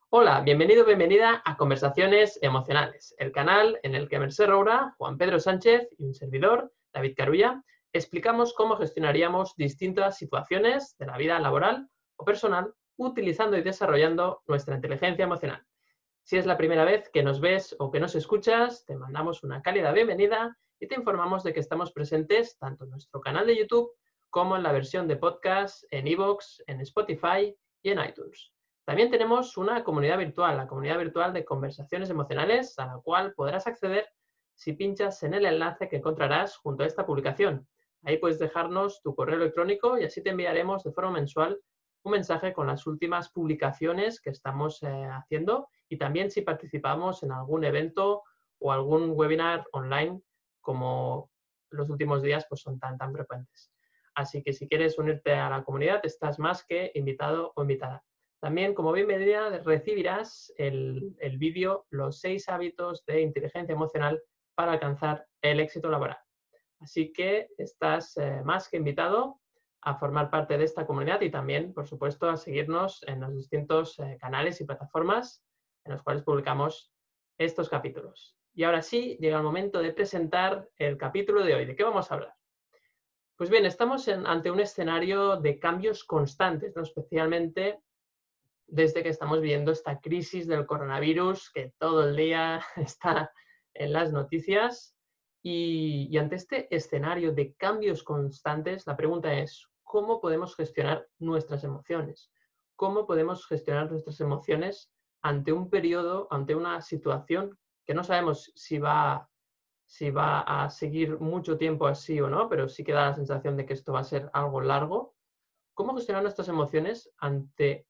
Hola, bienvenido, bienvenida a Conversaciones Emocionales, el canal en el que Mercè Roura, Juan Pedro Sánchez y un servidor, David Carulla, explicamos cómo gestionaríamos distintas situaciones de la vida laboral o personal utilizando y desarrollando nuestra inteligencia emocional. Si es la primera vez que nos ves o que nos escuchas, te mandamos una cálida bienvenida y te informamos de que estamos presentes tanto en nuestro canal de YouTube como en la versión de podcast en iVoox, en Spotify y en iTunes. También tenemos una comunidad virtual, la comunidad virtual de conversaciones emocionales, a la cual podrás acceder si pinchas en el enlace que encontrarás junto a esta publicación. Ahí puedes dejarnos tu correo electrónico y así te enviaremos de forma mensual un mensaje con las últimas publicaciones que estamos haciendo y también si participamos en algún evento o algún webinar online como los últimos días pues son tan frecuentes. Así que si quieres unirte a la comunidad estás más que invitado o invitada. También como bienvenida recibirás el vídeo Los 6 hábitos de inteligencia emocional para alcanzar el éxito laboral. Así que estás más que invitado a formar parte de esta comunidad y también, por supuesto, a seguirnos en los distintos canales y plataformas en los cuales publicamos estos capítulos. Y ahora sí, llega el momento de presentar el capítulo de hoy. ¿De qué vamos a hablar? Pues bien, estamos ante un escenario de cambios constantes, ¿no? Especialmente desde que estamos viendo esta crisis del coronavirus que todo el día está en las noticias. Y ante este escenario de cambios constantes, la pregunta es, ¿cómo podemos gestionar nuestras emociones? ¿Cómo podemos gestionar nuestras emociones ante un periodo, ante una situación que no sabemos si va a seguir mucho tiempo así o no, pero sí que da la sensación de que esto va a ser algo largo? ¿Cómo gestionar nuestras emociones ante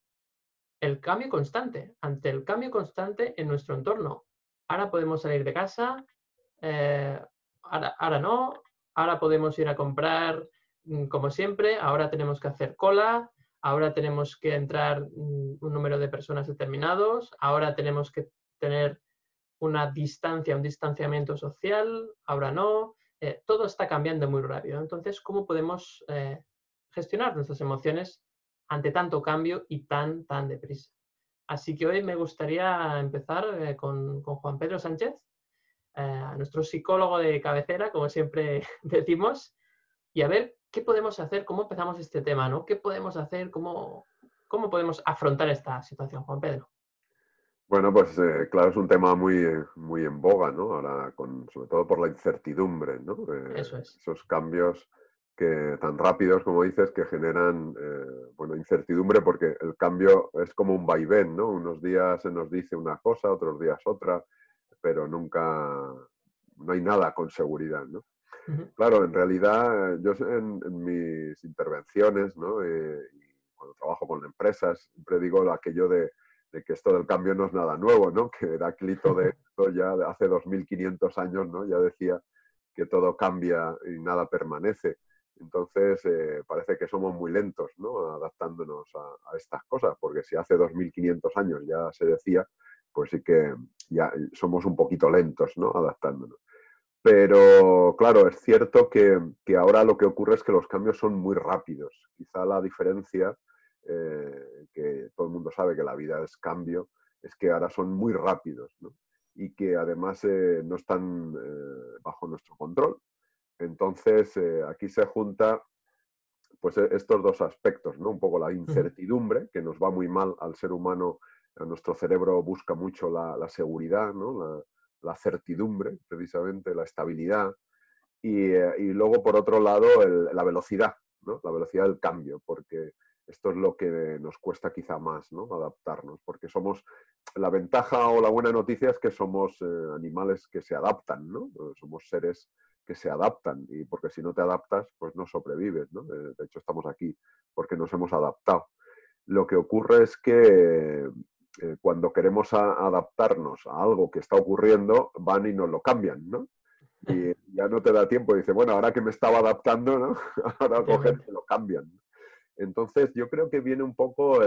ante el cambio constante en nuestro entorno? Ahora podemos salir de casa, eh, ahora no, ahora podemos ir a comprar como siempre, ahora tenemos que hacer cola, ahora tenemos que entrar un número de personas determinados, ahora tenemos que tener una distancia, un distanciamiento social, ahora no, todo está cambiando muy rápido. Entonces, ¿cómo podemos gestionar nuestras emociones ante tanto cambio y tan deprisa? Así que hoy me gustaría empezar con Juan Pedro Sánchez, nuestro psicólogo de cabecera, como siempre decimos, y a ver qué podemos hacer, cómo empezamos este tema, ¿no? ¿Qué podemos hacer? ¿Cómo podemos afrontar esta situación, Juan Pedro? Bueno, pues claro, es un tema muy en boga, ¿no? Ahora, sobre todo por la incertidumbre, ¿no? Eso es. Esos cambios tan rápidos, como dices, que generan, bueno, incertidumbre porque el cambio es como un vaivén, ¿no? Unos días se nos dice una cosa, otros días otra, pero nunca, no hay nada con seguridad, ¿no? Ujú. Claro, en realidad yo en mis intervenciones, ¿no? Y cuando trabajo con empresas, siempre digo aquello de que esto del cambio no es nada nuevo, ¿no? Que Heráclito de esto ya hace 2500 años, ¿no? Ya decía que todo cambia y nada permanece. Entonces, parece que somos muy lentos, ¿no? Adaptándonos a estas cosas, porque si hace 2500 años ya se decía, pues sí que ya somos un poquito lentos, ¿no? Adaptándonos. Pero claro, es cierto que ahora lo que ocurre es que los cambios son muy rápidos. Quizá la diferencia, que todo el mundo sabe que la vida es cambio, es que ahora son muy rápidos, ¿no? Y que además no están bajo nuestro control. Entonces, aquí se junta pues estos dos aspectos, ¿no? Un poco la Ujú. incertidumbre, que nos va muy mal al ser humano, a nuestro cerebro busca mucho la seguridad, ¿no? La certidumbre, precisamente, la estabilidad, y luego, por otro lado, la velocidad, ¿no? La velocidad del cambio, porque esto es lo que nos cuesta quizá más, ¿no? Adaptarnos, porque somos, la ventaja o la buena noticia es que somos animales que se adaptan, ¿no? Somos seres que se adaptan, y porque si no te adaptas, pues no sobrevives, ¿no? De hecho, estamos aquí porque nos hemos adaptado. Lo que ocurre es que cuando queremos adaptarnos a algo que está ocurriendo, van y nos lo cambian, ¿no? Y ya no te da tiempo. Dice, bueno, ahora que me estaba adaptando, ¿no? Ahora cogen Efectivamente. y lo cambian. Entonces, yo creo que viene un poco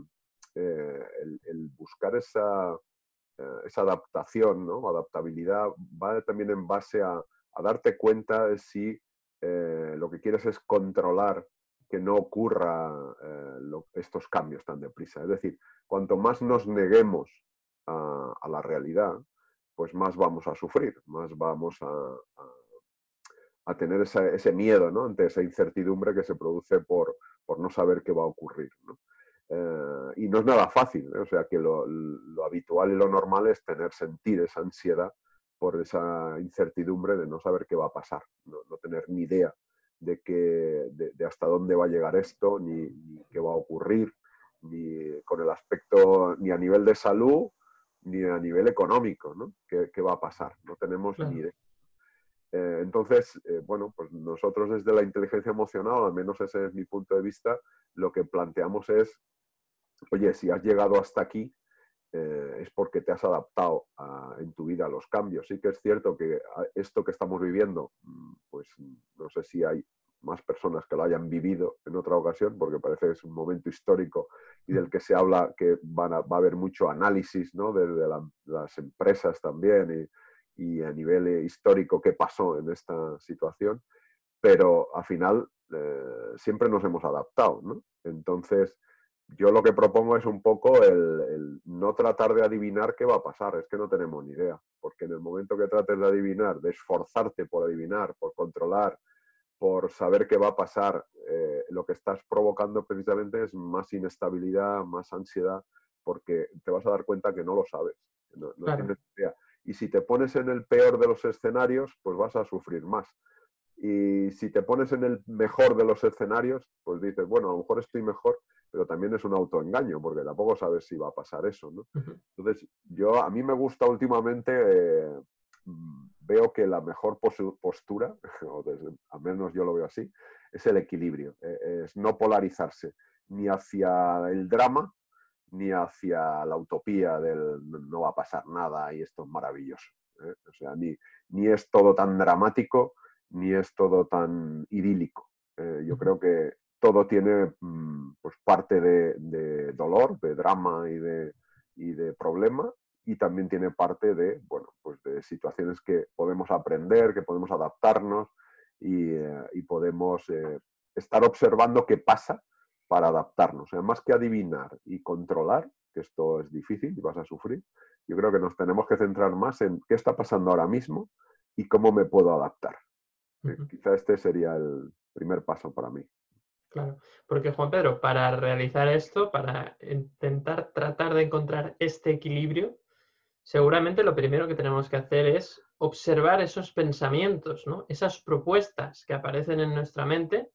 el buscar esa adaptación, ¿no? Adaptabilidad, va también en base a darte cuenta de si lo que quieres es controlar que no ocurra estos cambios tan deprisa. Es decir, cuanto más nos neguemos a la realidad, pues más vamos a sufrir, más vamos a tener ese miedo, ¿no? Ante esa incertidumbre que se produce por no saber qué va a ocurrir, ¿no? Y no es nada fácil, ¿eh? O sea que lo habitual y lo normal es sentir esa ansiedad por esa incertidumbre de no saber qué va a pasar, no tener ni idea de hasta dónde va a llegar esto, ni qué va a ocurrir, ni con el aspecto, ni a nivel de salud, ni a nivel económico, ¿no? ¿Qué va a pasar? No tenemos ni Claro, idea. Entonces, bueno, pues nosotros desde la inteligencia emocional, al menos ese es mi punto de vista, lo que planteamos es, oye, si has llegado hasta aquí, es porque te has adaptado en tu vida a los cambios. Sí que es cierto que esto que estamos viviendo, pues no sé si hay más personas que lo hayan vivido en otra ocasión, porque parece que es un momento histórico y del que se habla que va a haber mucho análisis, ¿no? Desde las empresas también y a nivel histórico qué pasó en esta situación, pero al final siempre nos hemos adaptado, ¿no? Entonces, yo lo que propongo es un poco el no tratar de adivinar qué va a pasar, es que no tenemos ni idea, porque en el momento que trates de adivinar, de esforzarte por adivinar, por controlar, por saber qué va a pasar, lo que estás provocando precisamente es más inestabilidad, más ansiedad, porque te vas a dar cuenta que no lo sabes, no claro. tienes idea. Y si te pones en el peor de los escenarios, pues vas a sufrir más. Y si te pones en el mejor de los escenarios, pues dices, bueno, a lo mejor estoy mejor, pero también es un autoengaño, porque tampoco sabes si va a pasar eso, ¿no? Ujú. Entonces, a mí me gusta últimamente, veo que la mejor postura, al menos yo lo veo así, es el equilibrio, es no polarizarse ni hacia el drama, ni hacia la utopía del no va a pasar nada y esto es maravilloso, ¿eh? O sea, ni es todo tan dramático, ni es todo tan idílico. Yo Ujú. creo que todo tiene pues parte de dolor, de drama y de problema, y también tiene parte de, bueno, pues de situaciones que podemos aprender, que podemos adaptarnos y podemos estar observando qué pasa para adaptarnos. O sea, más que adivinar y controlar, que esto es difícil y vas a sufrir, yo creo que nos tenemos que centrar más en qué está pasando ahora mismo y cómo me puedo adaptar. Ujú. Quizá este sería el primer paso para mí. Claro, porque Juan Pedro, para realizar esto, para intentar tratar de encontrar este equilibrio, seguramente lo primero que tenemos que hacer es observar esos pensamientos, ¿no? Esas propuestas que aparecen en nuestra mente,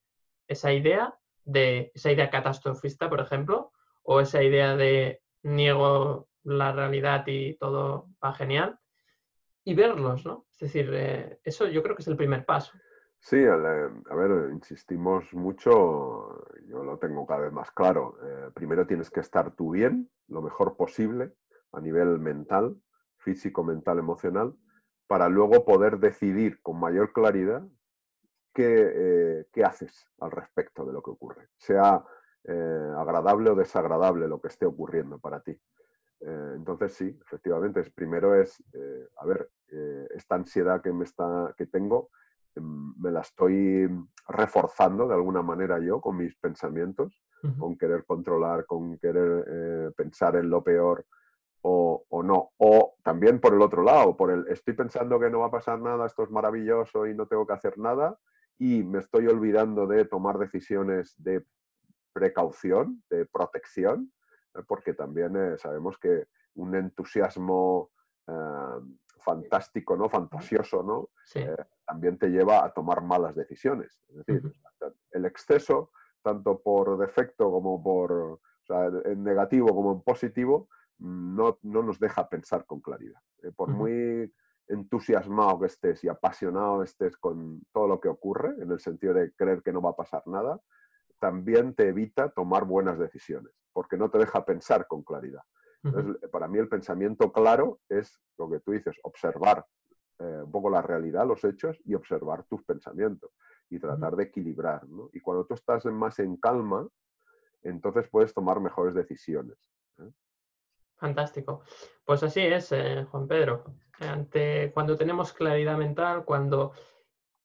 esa idea catastrofista, por ejemplo, o esa idea de niego la realidad y todo va genial, y verlos, ¿no? Es decir, eso yo creo que es el primer paso. Sí, a ver, insistimos mucho, yo lo tengo cada vez más claro. Primero tienes que estar tú bien, lo mejor posible, a nivel mental, físico, mental, emocional, para luego poder decidir con mayor claridad qué haces al respecto de lo que ocurre, sea agradable o desagradable lo que esté ocurriendo para ti. Entonces sí, efectivamente, primero es, a ver, esta ansiedad que tengo, me la estoy reforzando de alguna manera yo con mis pensamientos, Ujú. con querer controlar, con querer pensar en lo peor o no. O también por el otro lado, estoy pensando que no va a pasar nada, esto es maravilloso y no tengo que hacer nada y me estoy olvidando de tomar decisiones de precaución, de protección, porque también sabemos que un entusiasmo fantástico, ¿no? Fantasioso, ¿no? Sí. También te lleva a tomar malas decisiones. Es decir, Ujú. el exceso, tanto por defecto como o sea, en negativo como en positivo, no nos deja pensar con claridad. Por Ujú. muy entusiasmado que estés y apasionado estés con todo lo que ocurre, en el sentido de creer que no va a pasar nada, también te evita tomar buenas decisiones, porque no te deja pensar con claridad. Ujú. Entonces, para mí el pensamiento claro es lo que tú dices, observar un poco la realidad, los hechos y observar tus pensamientos y Ujú. tratar de equilibrar, ¿no? Y cuando tú estás más en calma, entonces puedes tomar mejores decisiones, ¿eh? Fantástico. Pues así es, Juan Pedro. Cuando tenemos claridad mental, cuando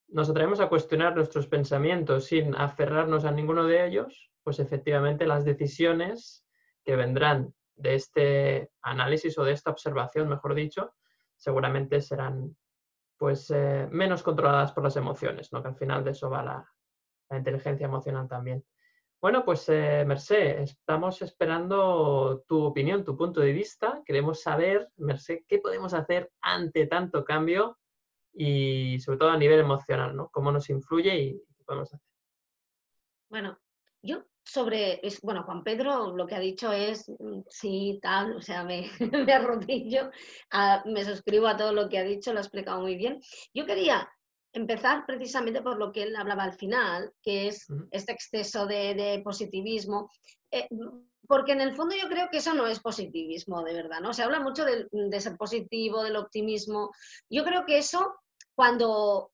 nos atrevemos a cuestionar nuestros pensamientos sin aferrarnos a ninguno de ellos, pues efectivamente las decisiones que vendrán de este análisis o de esta observación, mejor dicho, seguramente serán pues menos controladas por las emociones, ¿no? Que al final de eso va la inteligencia emocional también. Bueno, pues Mercé, estamos esperando tu opinión, tu punto de vista. Queremos saber, Mercé, qué podemos hacer ante tanto cambio y sobre todo a nivel emocional, ¿no? Cómo nos influye y qué podemos hacer. Bueno, yo sobre, bueno, Juan Pedro lo que ha dicho es sí, tal, o sea, me arrodillo, me suscribo a todo lo que ha dicho, lo ha explicado muy bien. Yo quería empezar precisamente por lo que él hablaba al final, que es este exceso de positivismo, porque en el fondo yo creo que eso no es positivismo de verdad, ¿no? Se habla mucho de ser positivo, del optimismo. Yo creo que eso, cuando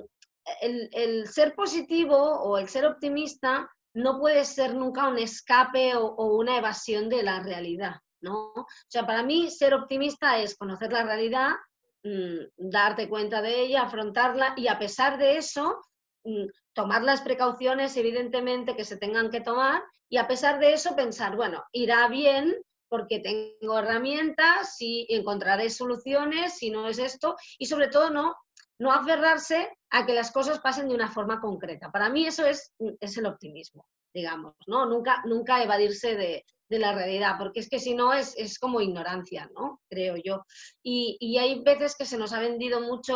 el ser positivo o el ser optimista no puede ser nunca un escape o una evasión de la realidad, ¿no? O sea, para mí ser optimista es conocer la realidad, darte cuenta de ella, afrontarla y a pesar de eso, tomar las precauciones evidentemente que se tengan que tomar y a pesar de eso pensar, bueno, irá bien porque tengo herramientas y encontraré soluciones si no es esto y sobre todo no aferrarse a que las cosas pasen de una forma concreta. Para mí eso es el optimismo, digamos, ¿no? Nunca evadirse de la realidad, porque es que si no es como ignorancia, ¿no? Creo yo. Y hay veces que se nos ha vendido mucho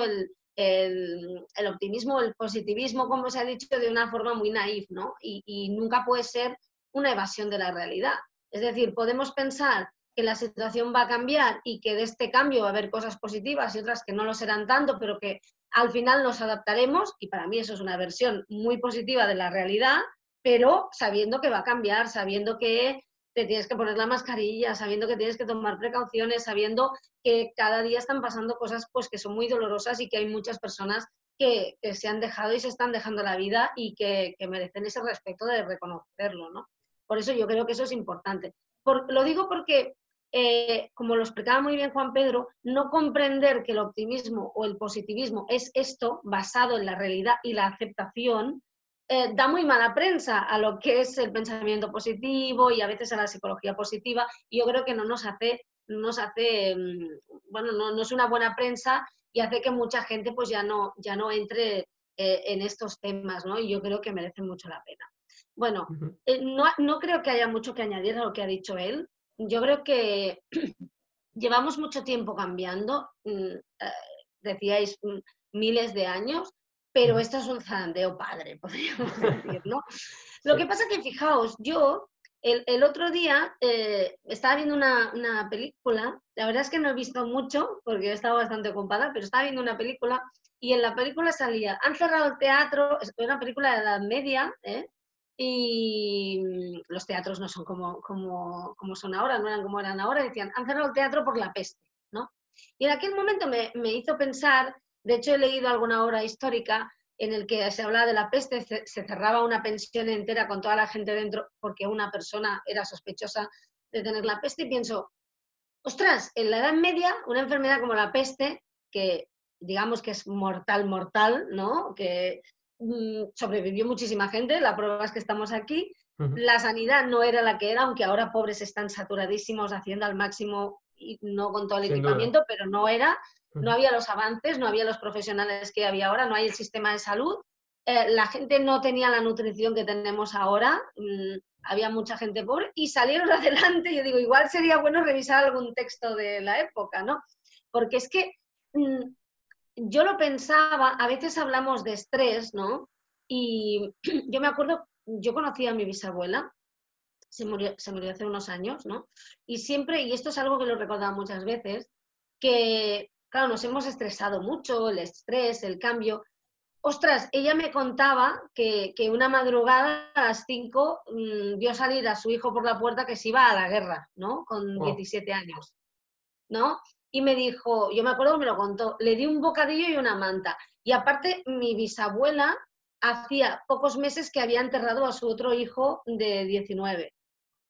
el optimismo, el positivismo, como se ha dicho, de una forma muy naif, ¿no? Y nunca puede ser una evasión de la realidad. Es decir, podemos pensar que la situación va a cambiar y que de este cambio va a haber cosas positivas y otras que no lo serán tanto, pero que al final nos adaptaremos, y para mí eso es una versión muy positiva de la realidad, pero sabiendo que va a cambiar, sabiendo que te tienes que poner la mascarilla, sabiendo que tienes que tomar precauciones, sabiendo que cada día están pasando cosas pues, que son muy dolorosas y que hay muchas personas que se han dejado y se están dejando la vida y que merecen ese respeto de reconocerlo, ¿no? Por eso yo creo que eso es importante. Lo digo porque como lo explicaba muy bien Juan Pedro, no comprender que el optimismo o el positivismo es esto basado en la realidad y la aceptación, da muy mala prensa a lo que es el pensamiento positivo y a veces a la psicología positiva. Y yo creo que no nos hace, bueno, no es una buena prensa y hace que mucha gente pues ya no entre en estos temas, ¿no? Y yo creo que merece mucho la pena. Bueno, no creo que haya mucho que añadir a lo que ha dicho él. Yo creo que llevamos mucho tiempo cambiando, decíais miles de años, pero esto es un zarandeo padre, podríamos decir, ¿no? Sí. Lo que pasa que, fijaos, yo el otro día estaba viendo una película, la verdad es que no he visto mucho porque he estado bastante ocupada, pero estaba viendo una película y en la película salía, han cerrado el teatro, es una película de la Edad Media, y los teatros no son como son ahora, no eran como eran ahora, decían, han cerrado el teatro por la peste, ¿no? Y en aquel momento me hizo pensar, de hecho he leído alguna obra histórica en el que se hablaba de la peste, se cerraba una pensión entera con toda la gente dentro porque una persona era sospechosa de tener la peste y pienso, ostras, en la Edad Media una enfermedad como la peste, que digamos que es mortal, ¿no? Que sobrevivió muchísima gente, la prueba es que estamos aquí, la sanidad no era la que era, aunque ahora pobres están saturadísimos haciendo al máximo y no con todo el equipamiento, pero no era, no había los avances, no había los profesionales que había ahora, no hay el sistema de salud, la gente no tenía la nutrición que tenemos ahora, había mucha gente pobre y salieron adelante. Yo digo, igual sería bueno revisar algún texto de la época, ¿no? Porque es que yo lo pensaba, a veces hablamos de estrés, ¿no? Y yo me acuerdo, yo conocí a mi bisabuela, se murió hace unos años, ¿no? Y siempre, y esto es algo que lo he recordado muchas veces, que, claro, nos hemos estresado mucho, el estrés, el cambio. Ostras, ella me contaba que una madrugada a las 5 vio salir a su hijo por la puerta que se iba a la guerra, ¿no? Con 17 años, ¿no? Y me dijo, yo me acuerdo que me lo contó, le di un bocadillo y una manta. Y aparte, mi bisabuela hacía pocos meses que había enterrado a su otro hijo de 19.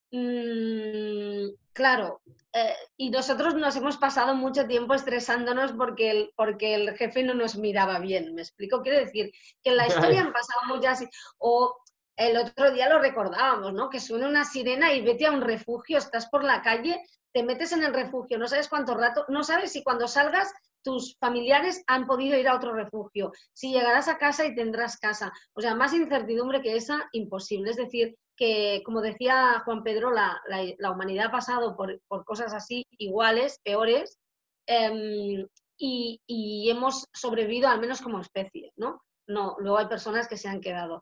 Claro, y nosotros nos hemos pasado mucho tiempo estresándonos porque el jefe no nos miraba bien, ¿me explico? Quiero decir que en la historia han pasado muchas, o el otro día lo recordábamos, ¿no? Que suena una sirena y vete a un refugio, estás por la calle, te metes en el refugio, no sabes cuánto rato, no sabes si cuando salgas tus familiares han podido ir a otro refugio, si llegarás a casa y tendrás casa. O sea, más incertidumbre que esa, imposible. Es decir, que, como decía Juan Pedro, la humanidad ha pasado por cosas así, iguales, peores, y hemos sobrevivido al menos como especie, ¿no? No, luego hay personas que se han quedado.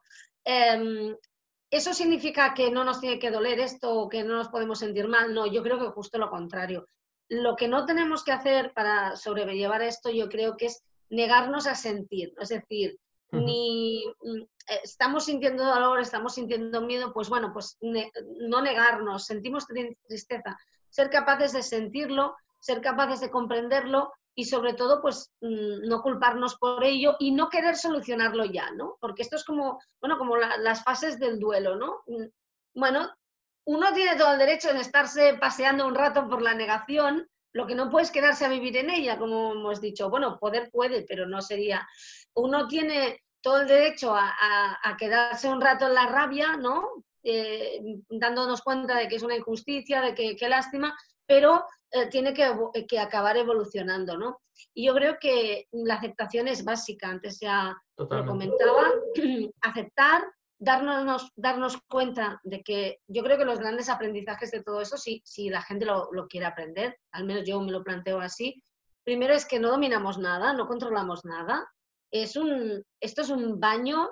¿Eso significa que no nos tiene que doler esto o que no nos podemos sentir mal? No, yo creo que justo lo contrario. Lo que no tenemos que hacer para sobrellevar esto, yo creo que es negarnos a sentir. Es decir, ni estamos sintiendo dolor, estamos sintiendo miedo, pues bueno, pues no negarnos, sentimos tristeza, ser capaces de sentirlo, ser capaces de comprenderlo y sobre todo, pues no culparnos por ello y no querer solucionarlo ya, ¿no? Porque esto es como, bueno, como las fases del duelo, ¿no? Bueno, uno tiene todo el derecho en estarse paseando un rato por la negación, lo que no puede es quedarse a vivir en ella, como hemos dicho. Bueno, poder puede, pero no sería. Uno tiene todo el derecho a quedarse un rato en la rabia, ¿no? Dándonos cuenta de que es una injusticia, de que qué lástima, pero tiene que acabar evolucionando, ¿no? Y yo creo que la aceptación es básica, antes ya lo Totalmente. comentaba, aceptar, darnos cuenta de que yo creo que los grandes aprendizajes de todo eso, si la gente lo quiere aprender, al menos yo me lo planteo así, primero es que no dominamos nada, no controlamos nada, esto es un baño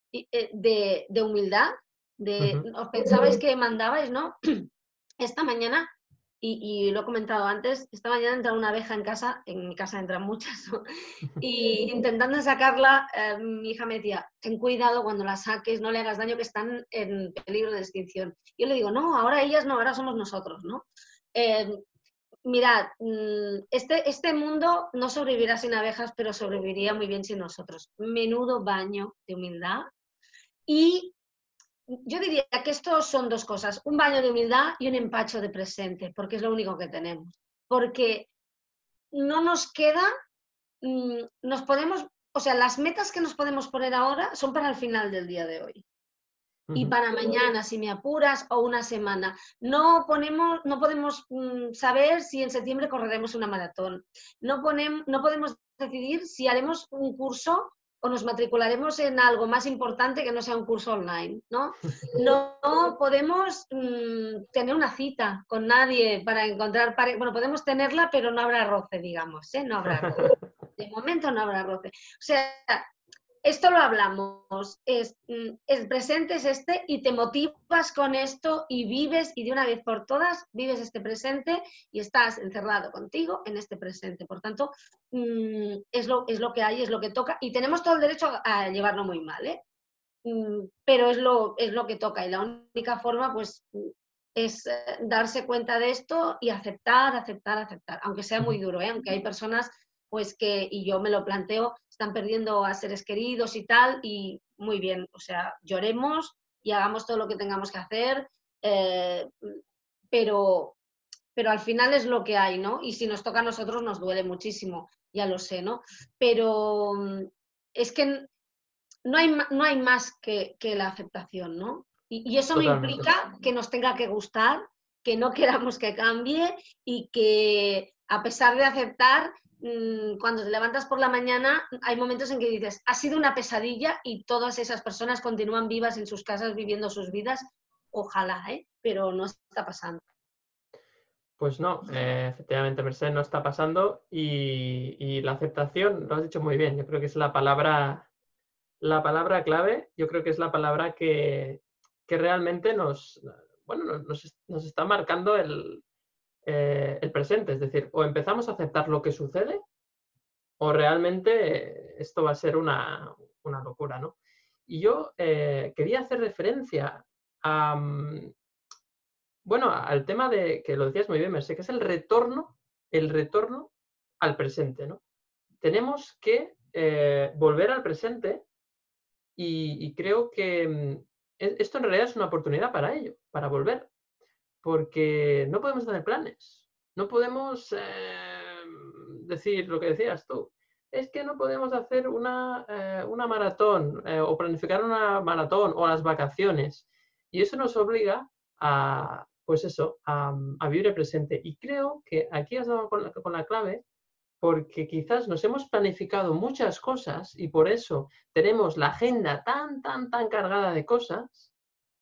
de humildad, os pensabais que mandabais, ¿no? Esta mañana, y lo he comentado antes, esta mañana entra una abeja en mi casa entran muchas, ¿no? Y intentando sacarla, mi hija me decía, ten cuidado cuando la saques, no le hagas daño, que están en peligro de extinción. Yo le digo, no, ahora ellas no, ahora somos nosotros, ¿no? Mirad, este mundo no sobrevivirá sin abejas, pero sobreviviría muy bien sin nosotros. Menudo baño de humildad. Y yo diría que esto son dos cosas, un baño de humildad y un empacho de presente, porque es lo único que tenemos. Porque no nos queda, nos podemos, o sea, las metas que nos podemos poner ahora son para el final del día de hoy. Y para mañana, si me apuras, o una semana. No podemos saber si en septiembre correremos una maratón. No podemos decidir si haremos un curso o nos matricularemos en algo más importante que no sea un curso online, ¿no? No podemos tener una cita con nadie para encontrar pareja. Bueno, podemos tenerla, pero no habrá roce, digamos, ¿eh? No habrá roce. De momento no habrá roce. O sea, esto lo hablamos, el presente es este y te motivas con esto y vives y de una vez por todas vives este presente y estás encerrado contigo en este presente. Por tanto, es lo que hay, es lo que toca y tenemos todo el derecho a llevarlo muy mal, ¿eh? Pero es lo que toca y la única forma pues es darse cuenta de esto y aceptar, aunque sea muy duro, ¿eh? Aunque hay personas pues que, y yo me lo planteo, están perdiendo a seres queridos y tal, y muy bien, o sea, lloremos y hagamos todo lo que tengamos que hacer, eh, pero, pero al final es lo que hay, ¿no? Y si nos toca a nosotros nos duele muchísimo, ya lo sé, ¿no? Pero es que no hay más que la aceptación, ¿no? Y eso no Totalmente. implica que nos tenga que gustar, que no queramos que cambie y que a pesar de aceptar, cuando te levantas por la mañana hay momentos en que dices, ha sido una pesadilla y todas esas personas continúan vivas en sus casas viviendo sus vidas. Ojalá, ¿eh? Pero no está pasando. Pues no, efectivamente, Merced, no está pasando y la aceptación, lo has dicho muy bien, yo creo que es la palabra clave, yo creo que es la palabra que realmente nos está marcando el presente, es decir, o empezamos a aceptar lo que sucede o realmente esto va a ser una locura, ¿no? Y yo quería hacer referencia a, bueno, al tema de, que lo decías muy bien, Merced, que es el retorno al presente, ¿no? Tenemos que volver al presente y creo que esto en realidad es una oportunidad para ello, para volver. porque no podemos hacer planes. No podemos decir lo que decías tú. Es que no podemos hacer una maratón o planificar una maratón o las vacaciones. Y eso nos obliga a, pues eso, a vivir el presente. Y creo que aquí has dado con la clave, porque quizás nos hemos planificado muchas cosas y por eso tenemos la agenda tan cargada de cosas,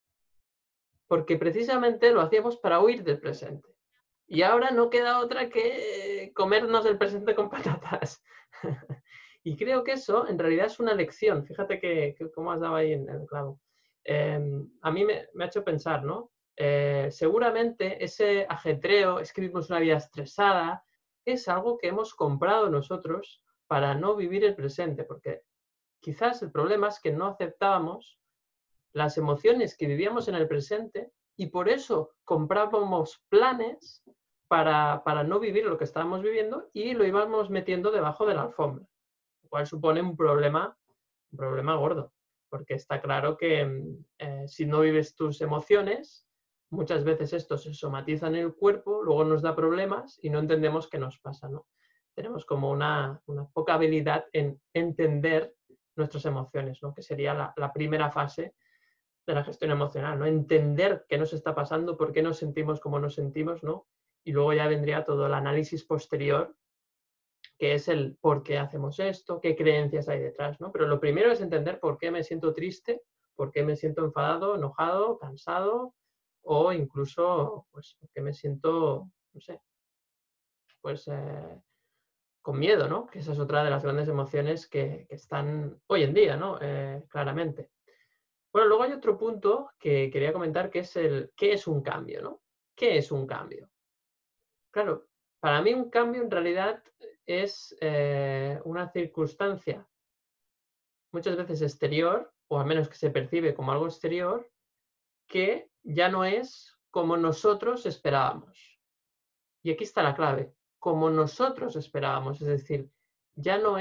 porque precisamente lo hacíamos para huir del presente. Y ahora no queda otra que comernos el presente con patatas. Y creo que eso en realidad es una lección. Fíjate que cómo has dado ahí en el clavo. A mí me ha hecho pensar, ¿no? Seguramente ese ajetreo, es que vivimos una vida estresada, es algo que hemos comprado nosotros para no vivir el presente, porque quizás el problema es que no aceptábamos las emociones que vivíamos en el presente y por eso comprábamos planes para no vivir lo que estábamos viviendo y lo íbamos metiendo debajo de la alfombra, lo cual supone un problema gordo, porque está claro que si no vives tus emociones, muchas veces esto se somatiza en el cuerpo, luego nos da problemas y no entendemos qué nos pasa, ¿no? Tenemos como una poca habilidad en entender nuestras emociones, ¿no? Que sería la primera fase de la gestión emocional, ¿no? Entender qué nos está pasando, por qué nos sentimos como nos sentimos, ¿no? Y luego ya vendría todo el análisis posterior, que es el por qué hacemos esto, qué creencias hay detrás, ¿no? Pero lo primero es entender por qué me siento triste, por qué me siento enfadado, enojado, cansado, o incluso, pues, por qué me siento, no sé, pues con miedo, ¿no? Que esa es otra de las grandes emociones que están hoy en día, ¿no? Claramente. Bueno, luego hay otro punto que quería comentar, que es ¿qué es un cambio, no? ¿Qué es un cambio? Claro, para mí un cambio en realidad es una circunstancia muchas veces exterior, o al menos que se percibe como algo exterior, que ya no es como nosotros esperábamos. Y aquí está la clave, como nosotros esperábamos, es decir, ya no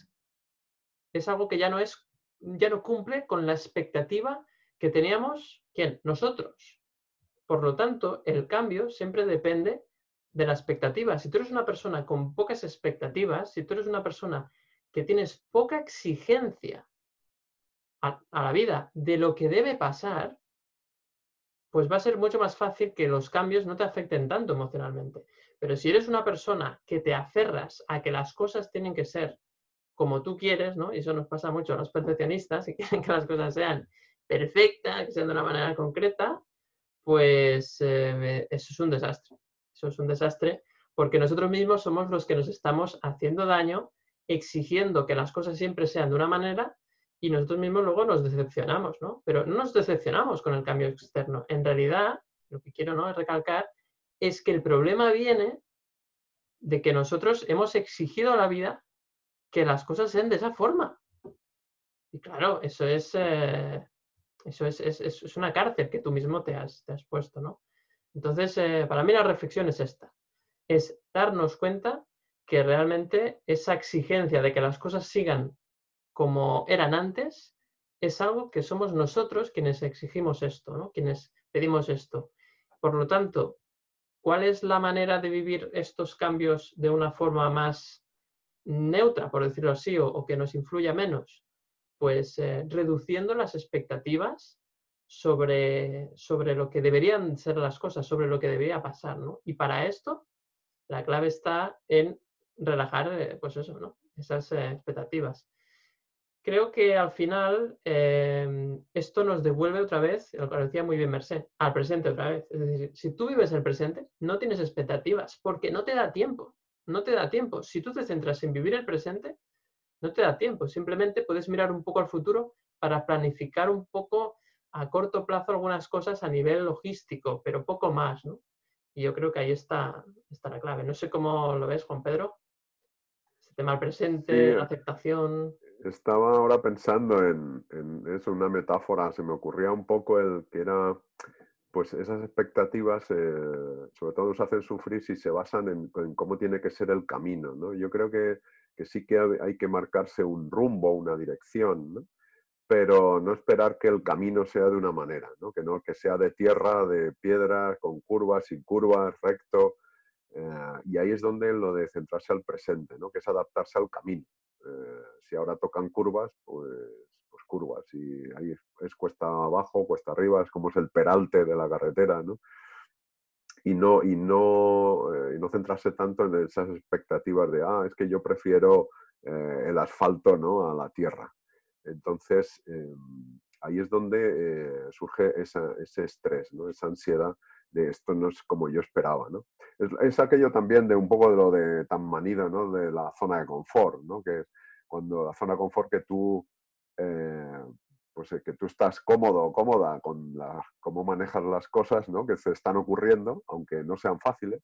es algo que ya no cumple con la expectativa que teníamos, ¿quién? Nosotros. Por lo tanto, el cambio siempre depende de la expectativa. Si tú eres una persona con pocas expectativas, si tú eres una persona que tienes poca exigencia a la vida de lo que debe pasar, pues va a ser mucho más fácil que los cambios no te afecten tanto emocionalmente. Pero si eres una persona que te aferras a que las cosas tienen que ser como tú quieres, ¿no? Y eso nos pasa mucho a los perfeccionistas, y quieren que las cosas sean perfectas, que sean de una manera concreta, pues eso es un desastre. Eso es un desastre porque nosotros mismos somos los que nos estamos haciendo daño, exigiendo que las cosas siempre sean de una manera y nosotros mismos luego nos decepcionamos, ¿no? Pero no nos decepcionamos con el cambio externo. En realidad, lo que quiero, ¿no?, es recalcar es que el problema viene de que nosotros hemos exigido a la vida que las cosas sean de esa forma. Y claro, eso es una cárcel que tú mismo te has puesto, ¿no? Entonces, para mí la reflexión es esta, es darnos cuenta que realmente esa exigencia de que las cosas sigan como eran antes es algo que somos nosotros quienes exigimos esto, ¿no? Quienes pedimos esto. Por lo tanto, ¿cuál es la manera de vivir estos cambios de una forma más neutra, por decirlo así, o que nos influya menos? Pues reduciendo las expectativas sobre lo que deberían ser las cosas, sobre lo que debería pasar, ¿no? Y para esto, la clave está en relajar, pues eso, ¿no? Esas expectativas. Creo que al final esto nos devuelve otra vez, lo que decía muy bien Mercé, al presente otra vez. Es decir, si tú vives el presente, no tienes expectativas, porque no te da tiempo. No te da tiempo. Si tú te centras en vivir el presente, no te da tiempo. Simplemente puedes mirar un poco al futuro para planificar un poco a corto plazo algunas cosas a nivel logístico, pero poco más, ¿no? Y yo creo que ahí está la clave. No sé cómo lo ves, Juan Pedro. Este tema del Sí, presente, la aceptación. estaba ahora pensando en eso, una metáfora, se me ocurría un poco el que era, pues esas expectativas, sobre todo nos hacen sufrir si se basan en cómo tiene que ser el camino, ¿no? Yo creo que sí que hay que marcarse un rumbo, una dirección, ¿no? pero no esperar que el camino sea de una manera, ¿no? Que sea de tierra, de piedra, con curvas, sin curvas, recto. Y ahí es donde lo de centrarse al presente, ¿no? Que es adaptarse al camino. Si ahora tocan curvas, pues curvas. Y ahí es cuesta abajo, cuesta arriba, es como es el peralte de la carretera, ¿no? Y no centrarse tanto en esas expectativas de, es que yo prefiero el asfalto, ¿no? A la tierra. Entonces, ahí es donde surge ese estrés, ¿no? Esa ansiedad de esto no es como yo esperaba, ¿no? Es aquello también de un poco de lo de tan manido, ¿no? De la zona de confort, ¿no? Que es cuando la zona de confort que tú, eh, que tú estás cómodo o cómoda con cómo manejas las cosas, ¿no? Que se están ocurriendo, aunque no sean fáciles,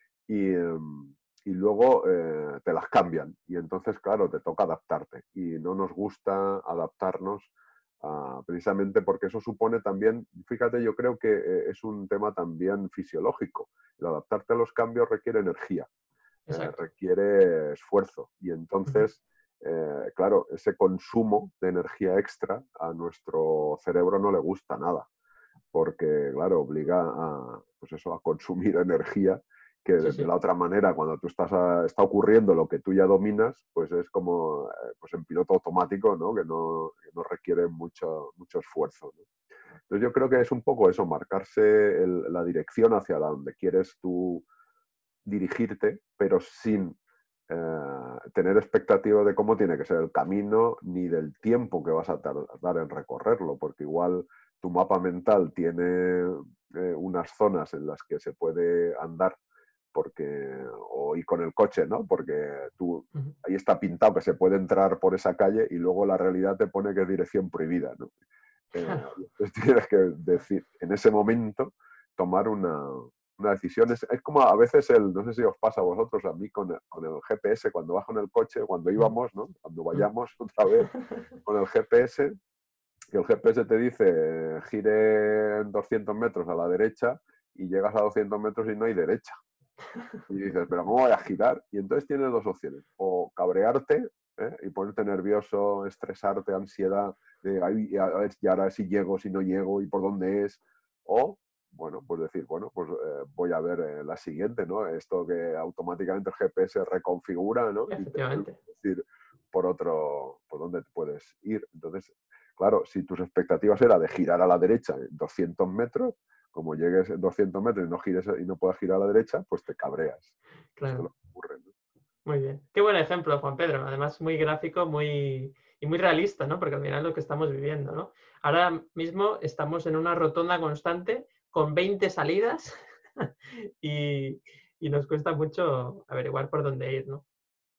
y luego te las cambian. Y entonces, claro, te toca adaptarte. Y no nos gusta adaptarnos precisamente porque eso supone también, fíjate, yo creo que es un tema también fisiológico. El adaptarte a los cambios requiere energía, Exacto. requiere esfuerzo. Y Ujú. entonces, claro, ese consumo de energía extra a nuestro cerebro no le gusta nada porque, claro, obliga pues eso, a consumir energía que Sí, de sí. la otra manera, cuando tú está ocurriendo lo que tú ya dominas, pues es como pues en piloto automático, ¿no? Que no requiere mucho esfuerzo, ¿no? Entonces yo creo que es un poco eso, marcarse la dirección hacia donde quieres tú dirigirte, pero sin tener expectativa de cómo tiene que ser el camino ni del tiempo que vas a tardar en recorrerlo, porque igual tu mapa mental tiene unas zonas en las que se puede andar o ir con el coche, ¿no? Porque Ujú. ahí está pintado que se puede entrar por esa calle y luego la realidad te pone que es dirección prohibida, ¿no? Claro. Entonces tienes que decir, en ese momento, tomar una decisión. Es como a veces no sé si os pasa a vosotros, a mí con el GPS, cuando bajo en el coche, cuando Ujú. íbamos, ¿no? Cuando Ujú. vayamos otra vez con el GPS, que el GPS te dice gire en 200 metros a la derecha y llegas a 200 metros y no hay derecha. Y dices, pero ¿cómo voy a girar? Y entonces tienes dos opciones, o cabrearte y ponerte nervioso, estresarte, ansiedad, de "Ay, a ver, y ahora si llego, si no llego y por dónde es, o bueno, pues decir, bueno, pues voy a ver la siguiente, ¿no? Esto que automáticamente el GPS reconfigura, ¿no? Y te vuelve Efectivamente. a decir por dónde te puedes ir. Entonces, claro, si tus expectativas era de girar a la derecha en 200 metros, como llegues 200 metros y no gires y no puedas girar a la derecha, pues te cabreas. Esto es lo Claro. que ocurre, ¿no? Muy bien. Qué buen ejemplo, Juan Pedro. Además, muy gráfico, muy realista, ¿no? Porque al final es lo que estamos viviendo, ¿no? Ahora mismo estamos en una rotonda constante con 20 salidas y, y nos cuesta mucho averiguar por dónde ir, ¿no?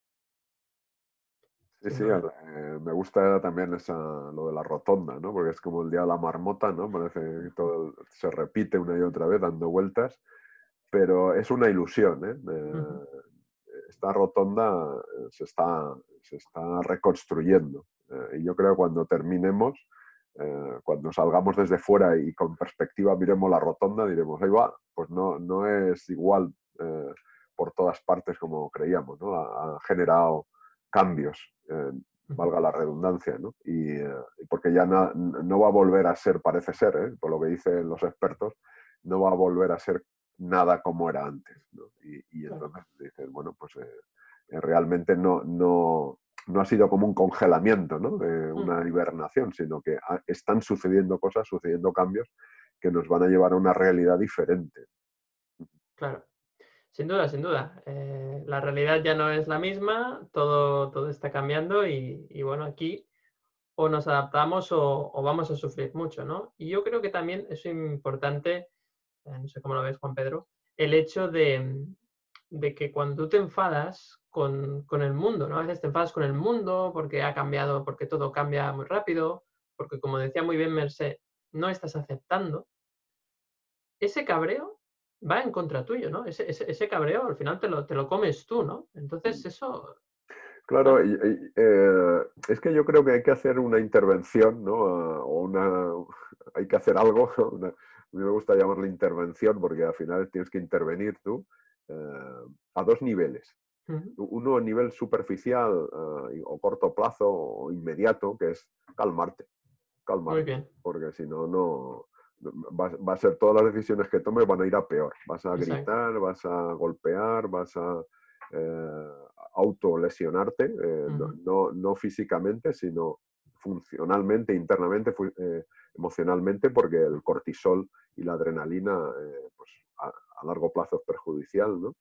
Sí, Sin sí, duda. me gusta también lo de la rotonda, ¿no? Porque es como el día de la marmota, ¿no? Parece que todo se repite una y otra vez dando vueltas, pero es una ilusión, ¿eh? Ujú. Esta rotonda se está reconstruyendo. Y yo creo que cuando terminemos, cuando salgamos desde fuera y con perspectiva miremos la rotonda, diremos, ahí va, pues no es igual por todas partes como creíamos, ¿no? Ha generado cambios, Ujú. valga la redundancia, ¿no? Y porque ya no va a volver a ser, parece ser, por lo que dicen los expertos, no va a volver a ser nada como era antes, ¿no? Y Claro. entonces dices, bueno, pues realmente no ha sido como un congelamiento, ¿no? De Mm. una hibernación, sino que están sucediendo cosas, sucediendo cambios que nos van a llevar a una realidad diferente. Claro. Sin duda, sin duda. La realidad ya no es la misma, todo está cambiando y bueno, aquí o nos adaptamos o vamos a sufrir mucho, ¿no? Y yo creo que también es importante, no sé cómo lo ves, Juan Pedro, el hecho de que cuando tú te enfadas con el mundo, ¿no? A veces te enfadas con el mundo porque ha cambiado, porque todo cambia muy rápido, porque como decía muy bien Mercé, no estás aceptando, ese cabreo va en contra tuyo, ¿no? Ese cabreo al final te lo comes tú, ¿no? Entonces eso, Claro, bueno, es que yo creo que hay que hacer una intervención, ¿no? Hay que hacer algo, ¿no? A mí me gusta llamarla intervención porque al final tienes que intervenir tú a dos niveles. ujú, Uno a nivel superficial o corto plazo o inmediato, que es calmarte. cálmate, bien. porque si no, va a ser todas las decisiones que tomes van a ir a peor. Vas a Exacto. gritar, vas a golpear, vas a autolesionarte, no físicamente, sino funcionalmente, internamente, emocionalmente, porque el cortisol y la adrenalina pues a largo plazo es perjudicial, ¿no?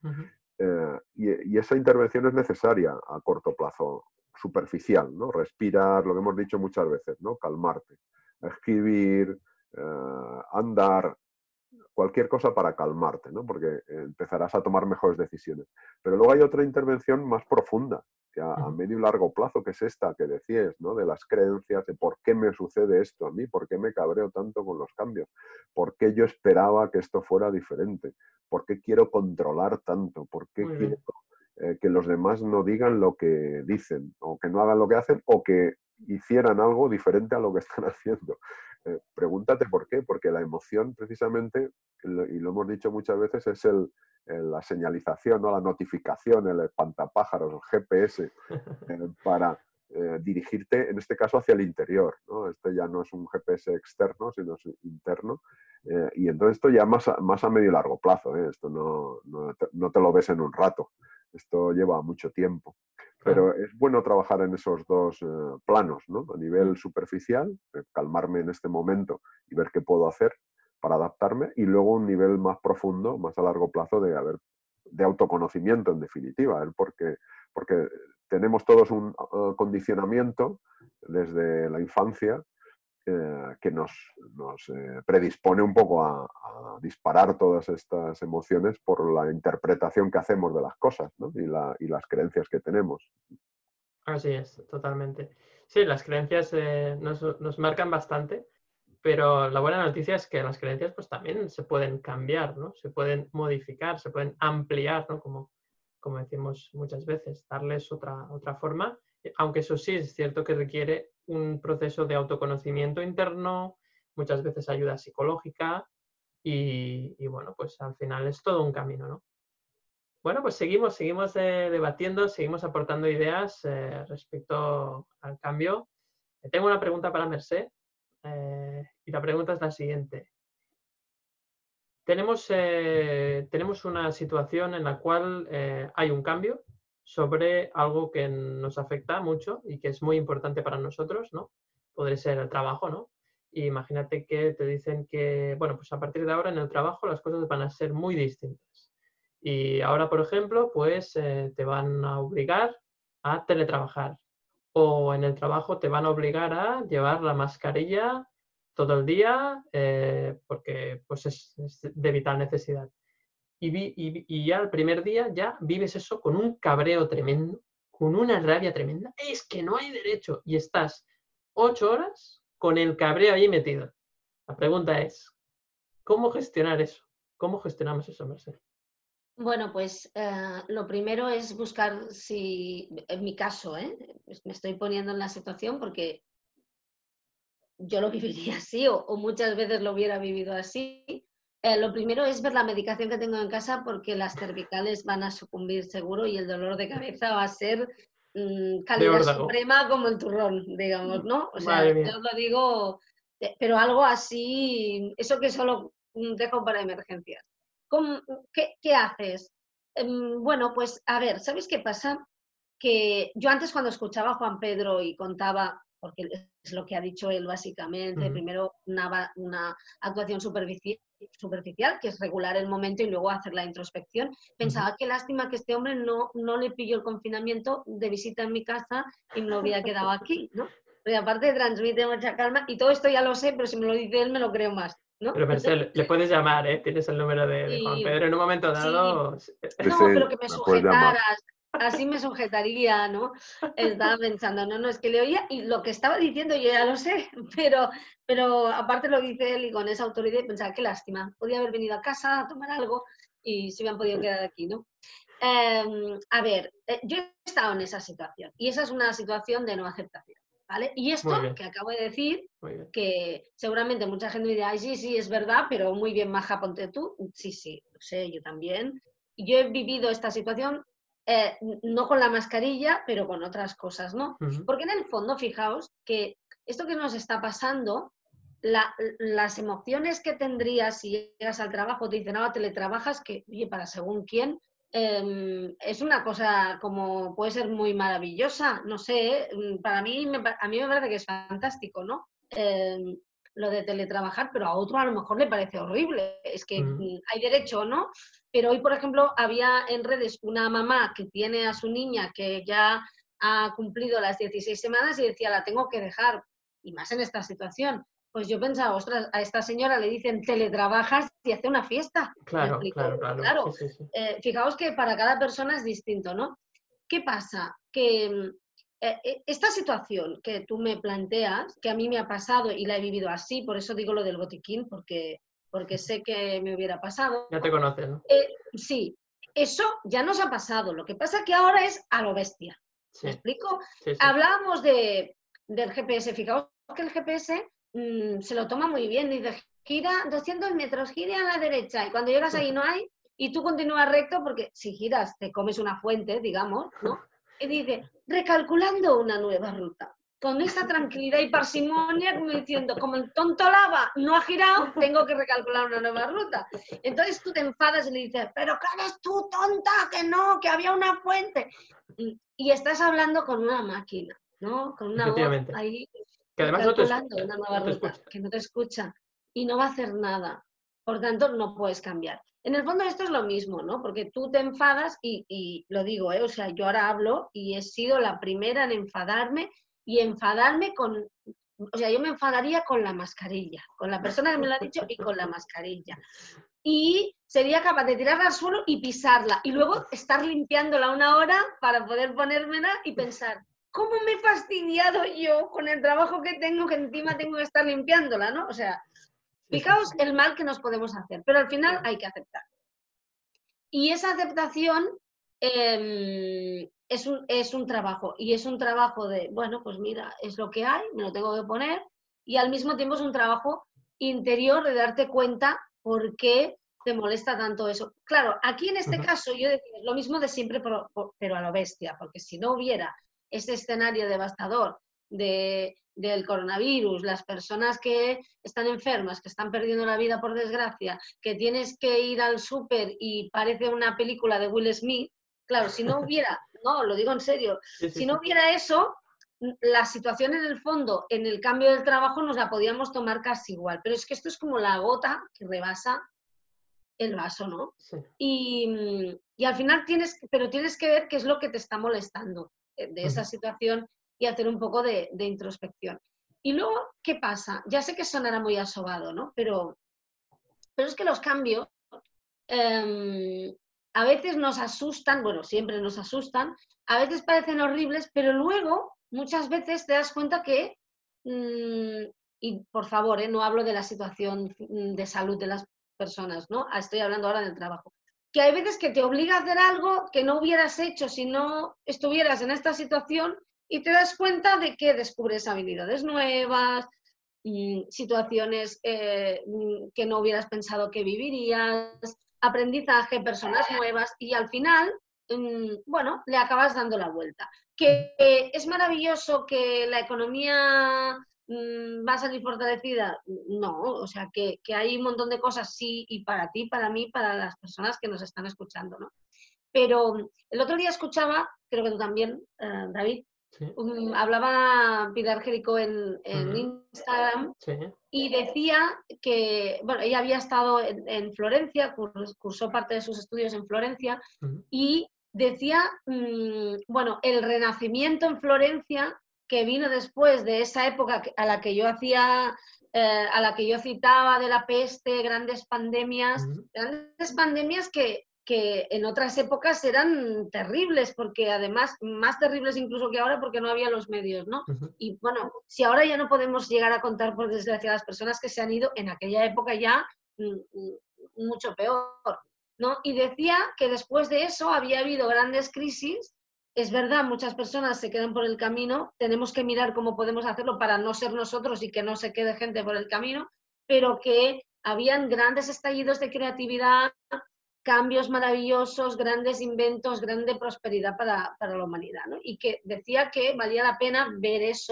Y esa intervención es necesaria a corto plazo, superficial, ¿no? Respirar, lo que hemos dicho muchas veces, ¿no? Calmarte, escribir, andar, cualquier cosa para calmarte, ¿no? Porque empezarás a tomar mejores decisiones. Pero luego hay otra intervención más profunda, que a medio y largo plazo, que es esta que decías, ¿no? De las creencias, de por qué me sucede esto a mí, por qué me cabreo tanto con los cambios, por qué yo esperaba que esto fuera diferente, por qué quiero controlar tanto, por qué Muy quiero bien. que los demás no digan lo que dicen, o que no hagan lo que hacen, o que hicieran algo diferente a lo que están haciendo. Pregúntate por qué, porque la emoción precisamente, y lo hemos dicho muchas veces, es la señalización, ¿no? La notificación, el espantapájaros, el GPS, para dirigirte, en este caso, hacia el interior, ¿no? Este ya no es un GPS externo, sino es interno. Y entonces esto ya más a medio y largo plazo, ¿eh? Esto no te lo ves en un rato, esto lleva mucho tiempo. Claro. Pero es bueno trabajar en esos dos planos, ¿no? A nivel superficial, calmarme en este momento y ver qué puedo hacer para adaptarme, y luego un nivel más profundo, más a largo plazo, de autoconocimiento, en definitiva, porque tenemos todos un condicionamiento desde la infancia que nos predispone un poco a disparar todas estas emociones por la interpretación que hacemos de las cosas, ¿no? Y las creencias que tenemos. Así es, totalmente. Sí, las creencias nos marcan bastante, pero la buena noticia es que las creencias pues también se pueden cambiar, ¿no? Se pueden modificar, se pueden ampliar, ¿no? Como decimos muchas veces, darles otra forma, aunque eso sí es cierto que requiere un proceso de autoconocimiento interno, muchas veces ayuda psicológica y bueno, pues al final es todo un camino, ¿no? Bueno, pues seguimos debatiendo, seguimos aportando ideas respecto al cambio. Tengo una pregunta para Mercé y la pregunta es la siguiente. Tenemos una situación en la cual hay un cambio sobre algo que nos afecta mucho y que es muy importante para nosotros, ¿no? Podría ser el trabajo, ¿no? Y imagínate que te dicen que, bueno, pues a partir de ahora en el trabajo las cosas van a ser muy distintas. Y ahora, por ejemplo, pues te van a obligar a teletrabajar o en el trabajo te van a obligar a llevar la mascarilla todo el día porque pues es de vital necesidad. Y ya el primer día ya vives eso con un cabreo tremendo, con una rabia tremenda. Es que no hay derecho. Y estás 8 horas con el cabreo ahí metido. La pregunta es, ¿cómo gestionar eso? ¿Cómo gestionamos eso, Mercedes? Bueno, pues lo primero es buscar si, en mi caso, pues me estoy poniendo en la situación porque yo lo viviría así o muchas veces lo hubiera vivido así. Lo primero es ver la medicación que tengo en casa porque las cervicales van a sucumbir seguro y el dolor de cabeza va a ser De calidad órdago. suprema como el turrón, digamos, ¿no? O sea, Madre yo mía. os lo digo, pero algo así, eso que solo dejo para emergencias. ¿Qué haces? Bueno, pues a ver, ¿sabes qué pasa? Que yo antes cuando escuchaba a Juan Pedro y contaba, porque es lo que ha dicho él básicamente, primero una actuación superficial, que es regular el momento y luego hacer la introspección, pensaba qué lástima que este hombre no le pilló el confinamiento de visita en mi casa y me lo hubiera quedado aquí, ¿no? Pero aparte transmite mucha calma y todo esto ya lo sé, pero si me lo dice él me lo creo más, ¿no? Pero Merced, le puedes llamar, ¿eh? Tienes el número de Juan Y Pedro en un momento sí, dado. Sí, sí, no, pero que me me puedes llamar. sujetaras, así me sujetaría, ¿no? Estaba pensando, no, es que le oía y lo que estaba diciendo yo ya lo sé, pero aparte lo dice él y con esa autoridad y pensaba, qué lástima, podía haber venido a casa a tomar algo y se hubieran podido quedar aquí, ¿no? A ver, yo he estado en esa situación y esa es una situación de no aceptación, ¿vale? Y Muy esto bien, que acabo de decir, muy bien. que seguramente mucha gente me dirá, ay, sí, es verdad, pero muy bien, maja, ponte tú. Sí, lo sé, yo también. Y yo he vivido esta situación no con la mascarilla, pero con otras cosas, ¿no? Porque en el fondo, fijaos que esto que nos está pasando, las emociones que tendrías si llegas al trabajo, te dicen, no, teletrabajas, que, oye, para según quién, es una cosa como puede ser muy maravillosa, no sé, para mí, a mí me parece que es fantástico, ¿no? Lo de teletrabajar, pero a otro a lo mejor le parece horrible, es que hay derecho, ¿no? Pero hoy, por ejemplo, había en redes una mamá que tiene a su niña que ya ha cumplido las 16 semanas y decía, la tengo que dejar, y más en esta situación. Pues yo pensaba, ostras, a esta señora le dicen teletrabajas y hace una fiesta. Claro, claro, claro. Claro. Sí, sí, sí. Fijaos que para cada persona es distinto, ¿no? ¿Qué pasa? Que esta situación que tú me planteas, que a mí me ha pasado y la he vivido así, por eso digo lo del botiquín, porque sé que me hubiera pasado. Ya te conoces, ¿no? Sí, eso ya nos ha pasado. Lo que pasa que ahora es a lo bestia. Sí. ¿Me explico? Sí, sí. Hablábamos del GPS. Fijaos que el GPS se lo toma muy bien. Dice, gira 200 metros, gira a la derecha. Y cuando llegas ahí no hay, y tú continúas recto, porque si giras te comes una fuente, digamos, ¿no? Y dice, recalculando una nueva ruta. Con esa tranquilidad y parsimonia, como diciendo, como el tonto lava no ha girado, tengo que recalcular una nueva ruta. Entonces tú te enfadas y le dices, pero ¿qué eres tú, tonta? Que no, que había una fuente. Y estás hablando con una máquina, ¿no? Con una voz ahí que además calculando una nueva no te ruta, escucha. que no te escucha y no va a hacer nada. Por tanto, no puedes cambiar. En el fondo esto es lo mismo, ¿no? Porque tú te enfadas y lo digo, o sea, yo ahora hablo y he sido la primera en enfadarme y enfadarme con, o sea, yo me enfadaría con la mascarilla, con la persona que me lo ha dicho y con la mascarilla. Y sería capaz de tirarla al suelo y pisarla y luego estar limpiándola una hora para poder ponérmela y pensar, ¿cómo me he fastidiado yo con el trabajo que tengo, que encima tengo que estar limpiándola, ¿no? O sea, fijaos el mal que nos podemos hacer, pero al final hay que aceptar. Y esa aceptación es un trabajo, y es un trabajo de, bueno, pues mira, es lo que hay, me lo tengo que poner, y al mismo tiempo es un trabajo interior de darte cuenta por qué te molesta tanto eso. Claro, aquí en este caso yo decía lo mismo de siempre, pero a lo bestia, porque si no hubiera ese escenario devastador del coronavirus, las personas que están enfermas, que están perdiendo la vida por desgracia, que tienes que ir al súper y parece una película de Will Smith, claro, si no hubiera, no, lo digo en serio, si no hubiera eso, la situación en el fondo, en el cambio del trabajo, nos la podíamos tomar casi igual, pero es que esto es como la gota que rebasa el vaso, ¿no? Sí. Y al final tienes que ver qué es lo que te está molestando de esa situación y hacer un poco de introspección. Y luego, ¿qué pasa? Ya sé que sonará muy asobado, ¿no? Pero es que los cambios a veces nos asustan, bueno, siempre nos asustan, a veces parecen horribles, pero luego muchas veces te das cuenta que, y por favor, no hablo de la situación de salud de las personas, ¿no? Estoy hablando ahora del trabajo. Que hay veces que te obliga a hacer algo que no hubieras hecho si no estuvieras en esta situación y te das cuenta de que descubres habilidades nuevas, situaciones que no hubieras pensado que vivirías, aprendizaje, personas nuevas y al final, bueno, le acabas dando la vuelta. ¿Que es maravilloso que la economía va a salir fortalecida? No, o sea, que hay un montón de cosas, sí, y para ti, para mí, para las personas que nos están escuchando, ¿no? Pero el otro día escuchaba, creo que tú también, David, Sí. Hablaba Pilar Jerico en Instagram y decía que, bueno, ella había estado en Florencia, cursó parte de sus estudios en Florencia y decía, bueno, el renacimiento en Florencia que vino después de esa época a la que yo hacía, a la que yo citaba de la peste, grandes pandemias que en otras épocas eran terribles, porque además, más terribles incluso que ahora porque no había los medios, ¿no? Y bueno, si ahora ya no podemos llegar a contar, por desgracia, las personas que se han ido, en aquella época ya mucho peor, ¿no? Y decía que después de eso había habido grandes crisis. Es verdad, muchas personas se quedan por el camino, tenemos que mirar cómo podemos hacerlo para no ser nosotros y que no se quede gente por el camino, pero que habían grandes estallidos de creatividad, cambios maravillosos, grandes inventos, grande prosperidad para la humanidad, ¿no? Y que decía que valía la pena ver eso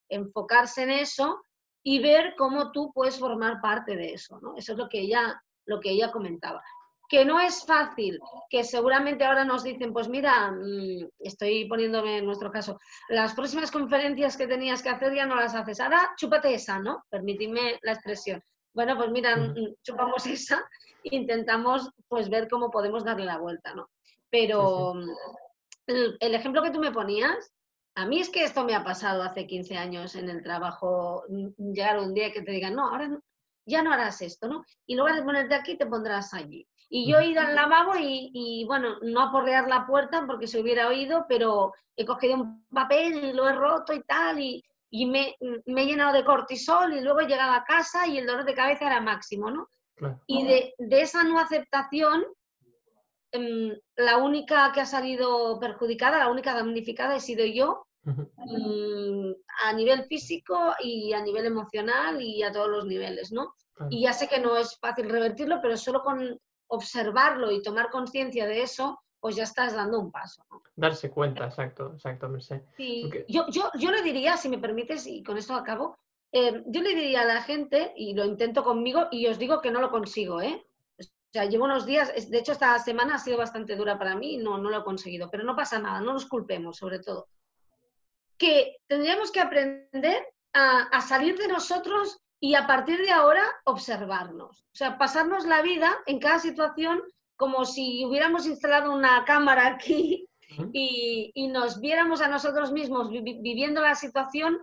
enfocarse en eso y ver cómo tú puedes formar parte de eso, ¿no? Eso es lo que ella comentaba. Que no es fácil, que seguramente ahora nos dicen, pues mira, estoy poniéndome en nuestro caso, las próximas conferencias que tenías que hacer ya no las haces, ahora chúpate esa, ¿no? Permitidme la expresión. Bueno, pues mira, chupamos esa e intentamos pues ver cómo podemos darle la vuelta, ¿no? Pero el ejemplo que tú me ponías, a mí es que esto me ha pasado hace 15 años en el trabajo, llegar un día que te digan, no, ahora ya no harás esto, ¿no? Y en lugar de ponerte aquí, te pondrás allí. Y yo he ido al lavabo y, bueno, no a porrear la puerta porque se hubiera oído, pero he cogido un papel y lo he roto y tal, y me he llenado de cortisol y luego he llegado a casa y el dolor de cabeza era máximo, ¿no? Claro. Y de esa no aceptación, la única que ha salido perjudicada, la única damnificada he sido yo, a nivel físico y a nivel emocional y a todos los niveles, ¿no? Claro. Y ya sé que no es fácil revertirlo, pero solo con observarlo y tomar conciencia de eso, pues ya estás dando un paso, ¿no? Darse cuenta, exacto, Mercé. Sí, Porque... yo le diría, si me permites, y con esto acabo, yo le diría a la gente, y lo intento conmigo, y os digo que no lo consigo, ¿eh? O sea, llevo unos días, de hecho esta semana ha sido bastante dura para mí, no lo he conseguido, pero no pasa nada, no nos culpemos, sobre todo. Que tendríamos que aprender a salir de nosotros y a partir de ahora observarnos. O sea, pasarnos la vida en cada situación como si hubiéramos instalado una cámara aquí y nos viéramos a nosotros mismos viviendo la situación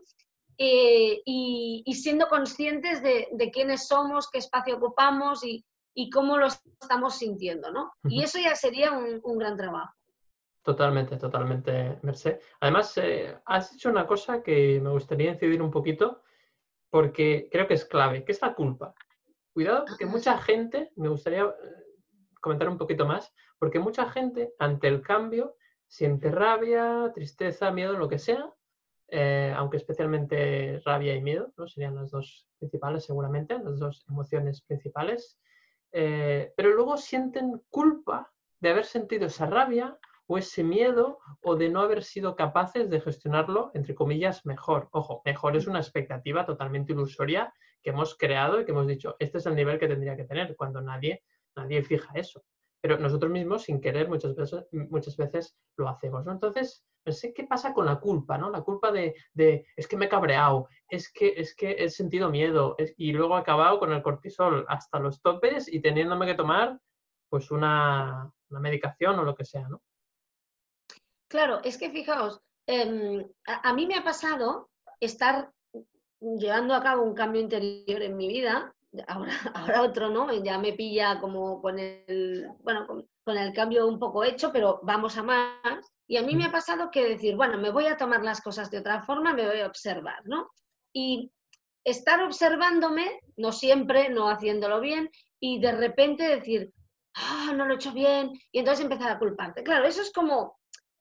y siendo conscientes de quiénes somos, qué espacio ocupamos y cómo lo estamos sintiendo, ¿no? Y eso ya sería un gran trabajo. Totalmente, Mercé. Además, has dicho una cosa que me gustaría incidir un poquito porque creo que es clave, que es la culpa. Cuidado, porque mucha gente, me gustaría comentar un poquito más, porque mucha gente ante el cambio siente rabia, tristeza, miedo, lo que sea, aunque especialmente rabia y miedo, ¿no? Serían las dos principales seguramente, las dos emociones principales, pero luego sienten culpa de haber sentido esa rabia o ese miedo o de no haber sido capaces de gestionarlo, entre comillas, mejor. Ojo, mejor es una expectativa totalmente ilusoria que hemos creado y que hemos dicho, este es el nivel que tendría que tener, cuando nadie fija eso. Pero nosotros mismos, sin querer, muchas veces lo hacemos, ¿no? Entonces, no sé qué pasa con la culpa, ¿no? La culpa de es que me he cabreado, es que he sentido miedo y luego he acabado con el cortisol hasta los topes y teniéndome que tomar pues una medicación o lo que sea, ¿no? Claro, es que fijaos, a mí me ha pasado estar llevando a cabo un cambio interior en mi vida, ahora otro, ¿no? Ya me pilla como con el cambio un poco hecho, pero vamos a más. Y a mí me ha pasado que decir, bueno, me voy a tomar las cosas de otra forma, me voy a observar, ¿no? Y estar observándome, no siempre, no haciéndolo bien, y de repente decir, no lo he hecho bien, y entonces empezar a culparte. Claro, eso es como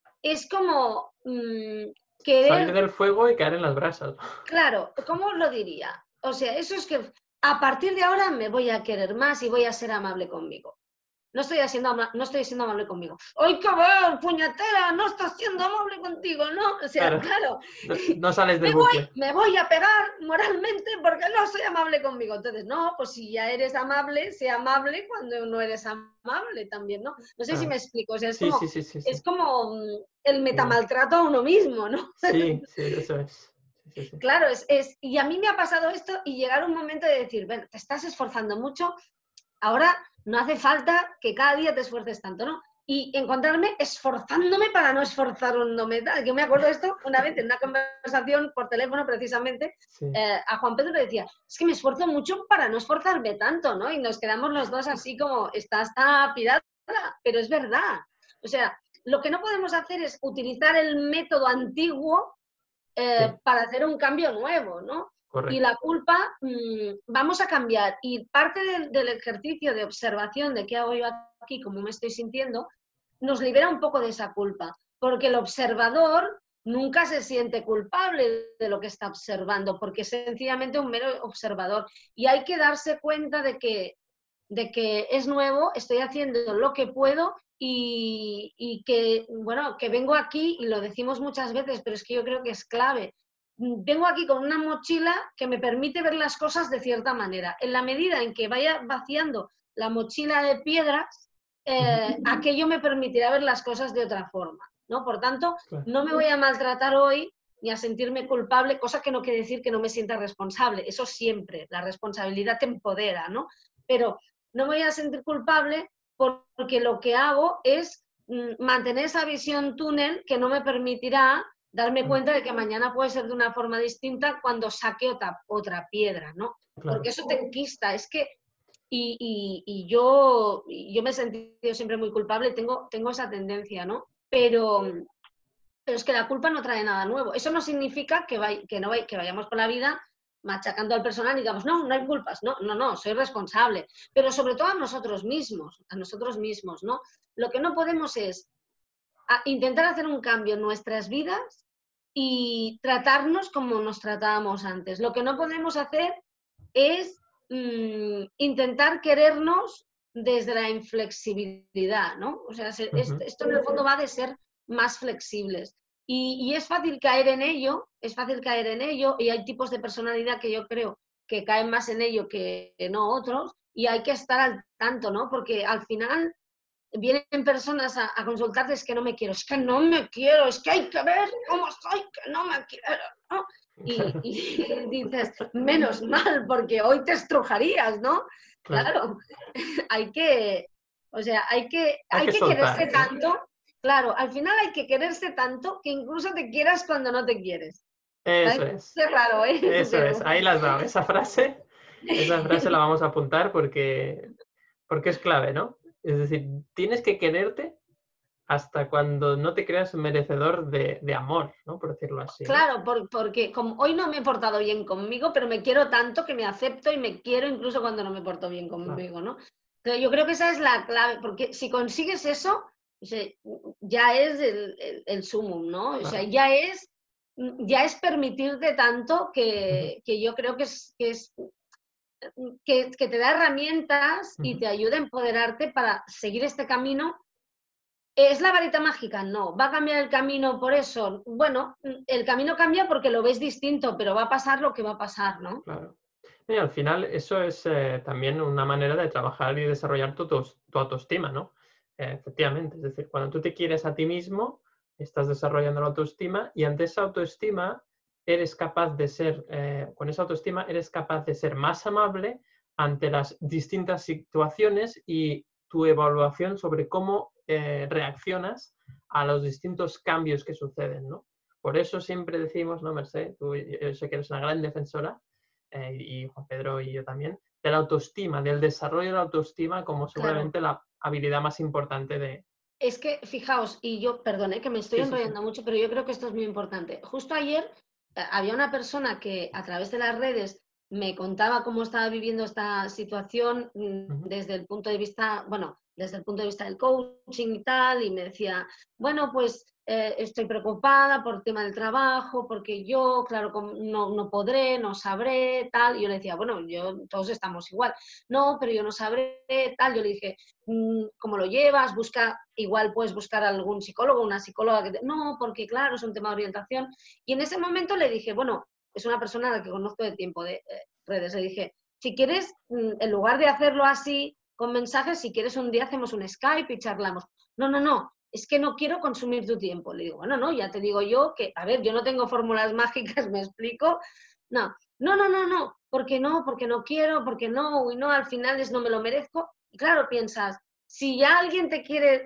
Salir querer, del fuego y caer en las brasas. claro, ¿cómo os lo diría? O sea, eso es que a partir de ahora me voy a querer más y voy a ser amable conmigo. No estoy siendo amable conmigo. ¡Ay, qué ver, puñetera! No estás siendo amable contigo, ¿no? O sea, claro. No sales del bucle. Me voy a pegar moralmente porque no soy amable conmigo. Entonces, no, pues si ya eres amable, sea amable cuando no eres amable también, ¿no? No sé si me explico. O sea, es como el metamaltrato a uno mismo, ¿no? Sí, eso es. Sí. Claro, y a mí me ha pasado esto y llegar un momento de decir, bueno, te estás esforzando mucho, ahora no hace falta que cada día te esfuerces tanto, ¿no? Y encontrarme esforzándome para no esforzándome. Yo me acuerdo de esto una vez en una conversación por teléfono precisamente, a Juan Pedro le decía, es que me esfuerzo mucho para no esforzarme tanto, ¿no? Y nos quedamos los dos así como, está pirada, pero es verdad. O sea, lo que no podemos hacer es utilizar el método antiguo para hacer un cambio nuevo, ¿no? Correcto. Y la culpa, vamos a cambiar. Y parte del ejercicio de observación de qué hago yo aquí, cómo me estoy sintiendo, nos libera un poco de esa culpa. Porque el observador nunca se siente culpable de lo que está observando, porque es sencillamente un mero observador. Y hay que darse cuenta de que es nuevo, estoy haciendo lo que puedo y que, bueno, que vengo aquí, y lo decimos muchas veces, pero es que yo creo que es clave. vengo aquí con una mochila que me permite ver las cosas de cierta manera. En la medida en que vaya vaciando la mochila de piedras, aquello me permitirá ver las cosas de otra forma, ¿no? Por tanto, Claro. no me voy a maltratar hoy ni a sentirme culpable, cosa que no quiere decir que no me sienta responsable. Eso siempre, la responsabilidad te empodera, ¿no? Pero no me voy a sentir culpable porque lo que hago es mantener esa visión túnel que no me permitirá darme cuenta de que mañana puede ser de una forma distinta cuando saque otra piedra, ¿no? Claro. Porque eso te enquista. Es que, y yo me he sentido siempre muy culpable, tengo esa tendencia, ¿no? Pero es que la culpa no trae nada nuevo. Eso no significa que vayamos por la vida machacando al personal y digamos, no hay culpas, no, soy responsable. Pero sobre todo a nosotros mismos, ¿no? Lo que no podemos es intentar hacer un cambio en nuestras vidas y tratarnos como nos tratábamos antes. Lo que no podemos hacer es intentar querernos desde la inflexibilidad, ¿no? O sea, esto en el fondo va de ser más flexibles. Y es fácil caer en ello, y hay tipos de personalidad que yo creo que caen más en ello que no otros, y hay que estar al tanto, ¿no? Porque al final vienen personas a consultarte, es que no me quiero, es que no me quiero, es que hay que ver cómo soy, que no me quiero, ¿no? Y dices, menos mal, porque hoy te estrujarías, ¿no? Claro, hay que soltar, quererse ¿no? tanto, claro, al final hay que quererse tanto que incluso te quieras cuando no te quieres. Eso es. Es raro, ¿eh? Eso Pero... es, ahí la has dado. Esa frase la vamos a apuntar porque es clave, ¿no? Es decir, tienes que quererte hasta cuando no te creas merecedor de amor, ¿no? Por decirlo así, ¿no? Claro, porque como hoy no me he portado bien conmigo, pero me quiero tanto que me acepto y me quiero incluso cuando no me porto bien conmigo, ¿no? Entonces yo creo que esa es la clave, porque si consigues eso, ya es el sumum, ¿no? O sea, ya es permitirte tanto que yo creo que te da herramientas y te ayuda a empoderarte para seguir este camino. ¿Es la varita mágica? No. ¿Va a cambiar el camino por eso? Bueno, el camino cambia porque lo ves distinto, pero va a pasar lo que va a pasar, ¿no? Claro. Y al final eso es también una manera de trabajar y desarrollar tu autoestima, ¿no? Efectivamente, es decir, cuando tú te quieres a ti mismo, estás desarrollando la autoestima y ante esa autoestima eres capaz de ser, con esa autoestima eres capaz de ser más amable ante las distintas situaciones y tu evaluación sobre cómo reaccionas a los distintos cambios que suceden, ¿no? Por eso siempre decimos, ¿no, Mercè? Yo sé que eres una gran defensora, y Juan Pedro y yo también, de la autoestima, del desarrollo de la autoestima como seguramente la habilidad más importante de... Es que, fijaos, y yo, perdone que me estoy enrollando mucho, pero yo creo que esto es muy importante. Justo ayer había una persona que a través de las redes me contaba cómo estaba viviendo esta situación desde el punto de vista, bueno, desde el punto de vista del coaching y tal, y me decía, bueno, pues estoy preocupada por el tema del trabajo, porque yo, claro, no podré, no sabré, tal, y yo le decía, bueno, todos estamos igual, no, pero yo no sabré, tal, yo le dije, ¿cómo lo llevas? Igual puedes buscar algún psicólogo, una psicóloga no, porque claro, es un tema de orientación, y en ese momento le dije, bueno, es una persona a la que conozco de tiempo de redes, le dije, si quieres, en lugar de hacerlo así con mensajes, si quieres un día hacemos un Skype y charlamos. No, es que no quiero consumir tu tiempo. Le digo, bueno, no, ya te digo yo que, a ver, yo no tengo fórmulas mágicas, ¿me explico? No, porque no quiero, porque no, uy, no, al final no me lo merezco. Y claro, piensas, si ya alguien te quiere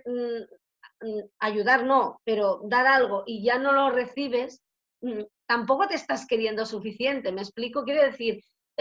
ayudar, no, pero dar algo y ya no lo recibes, tampoco te estás queriendo suficiente, ¿me explico? Quiere decir,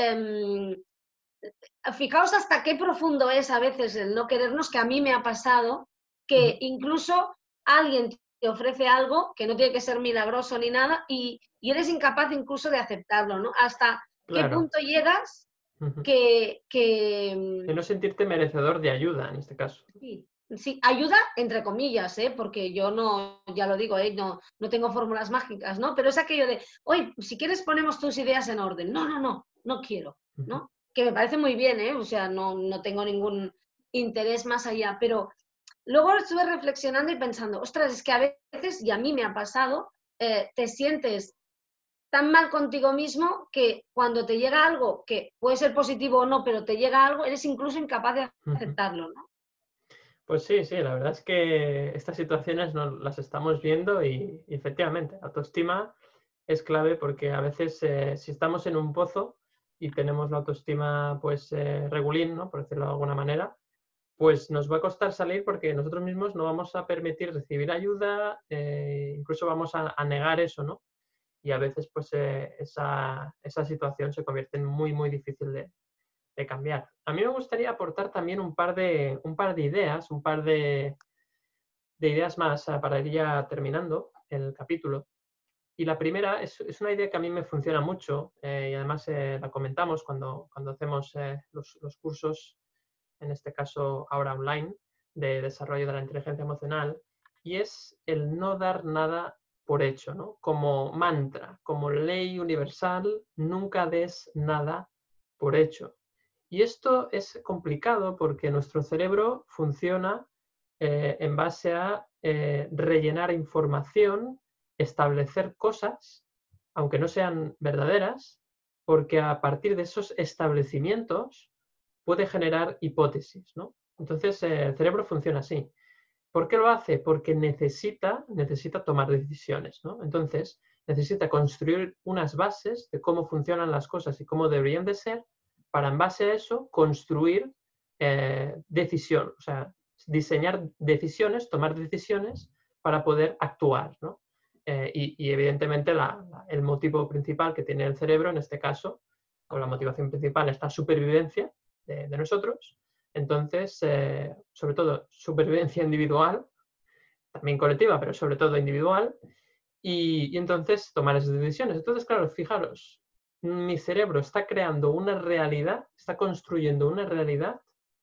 fijaos hasta qué profundo es a veces el no querernos, que a mí me ha pasado, que incluso alguien te ofrece algo que no tiene que ser milagroso ni nada y eres incapaz incluso de aceptarlo, ¿no? Hasta qué punto llegas que de no sentirte merecedor de ayuda, en este caso. Sí, ayuda entre comillas, porque yo no, ya lo digo, no tengo fórmulas mágicas, ¿no? Pero es aquello de, oye, si quieres ponemos tus ideas en orden. No quiero, ¿no? Que me parece muy bien, o sea, no tengo ningún interés más allá, pero luego estuve reflexionando y pensando, ostras, es que a veces, y a mí me ha pasado, te sientes tan mal contigo mismo que cuando te llega algo que puede ser positivo o no, pero te llega algo, eres incluso incapaz de aceptarlo, ¿no? Pues sí, sí, la verdad es que estas situaciones las estamos viendo y efectivamente, la autoestima es clave porque a veces si estamos en un pozo y tenemos la autoestima pues regulín, ¿no? Por decirlo de alguna manera, pues nos va a costar salir porque nosotros mismos no vamos a permitir recibir ayuda, incluso vamos a negar eso, ¿no? Y a veces pues esa situación se convierte en muy, muy difícil de cambiar. A mí me gustaría aportar también un par de ideas, un par de ideas más para ir ya terminando el capítulo. Y la primera es una idea que a mí me funciona mucho y además la comentamos cuando hacemos los cursos, en este caso ahora online, de desarrollo de la inteligencia emocional, y es el no dar nada por hecho, ¿no? Como mantra, como ley universal, nunca des nada por hecho. Y esto es complicado porque nuestro cerebro funciona en base a rellenar información, establecer cosas, aunque no sean verdaderas, porque a partir de esos establecimientos puede generar hipótesis, ¿no? Entonces, el cerebro funciona así. ¿Por qué lo hace? Porque necesita tomar decisiones, ¿no? Entonces, necesita construir unas bases de cómo funcionan las cosas y cómo deberían de ser, para en base a eso construir decisión, o sea, diseñar decisiones, tomar decisiones para poder actuar, ¿no? Y evidentemente el motivo principal que tiene el cerebro en este caso, o la motivación principal, es la supervivencia de nosotros. Entonces, sobre todo supervivencia individual, también colectiva, pero sobre todo individual, y entonces tomar esas decisiones. Entonces, claro, fijaros, mi cerebro está creando una realidad, está construyendo una realidad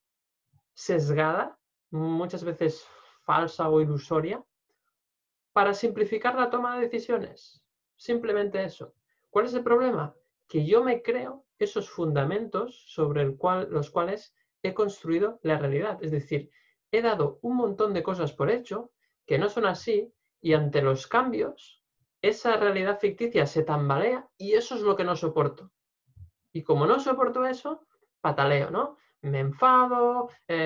sesgada, muchas veces falsa o ilusoria, para simplificar la toma de decisiones. Simplemente eso. ¿Cuál es el problema? Que yo me creo esos fundamentos sobre los cuales he construido la realidad. Es decir, he dado un montón de cosas por hecho que no son así y ante los cambios esa realidad ficticia se tambalea y eso es lo que no soporto. Y como no soporto eso, pataleo, ¿no? Me enfado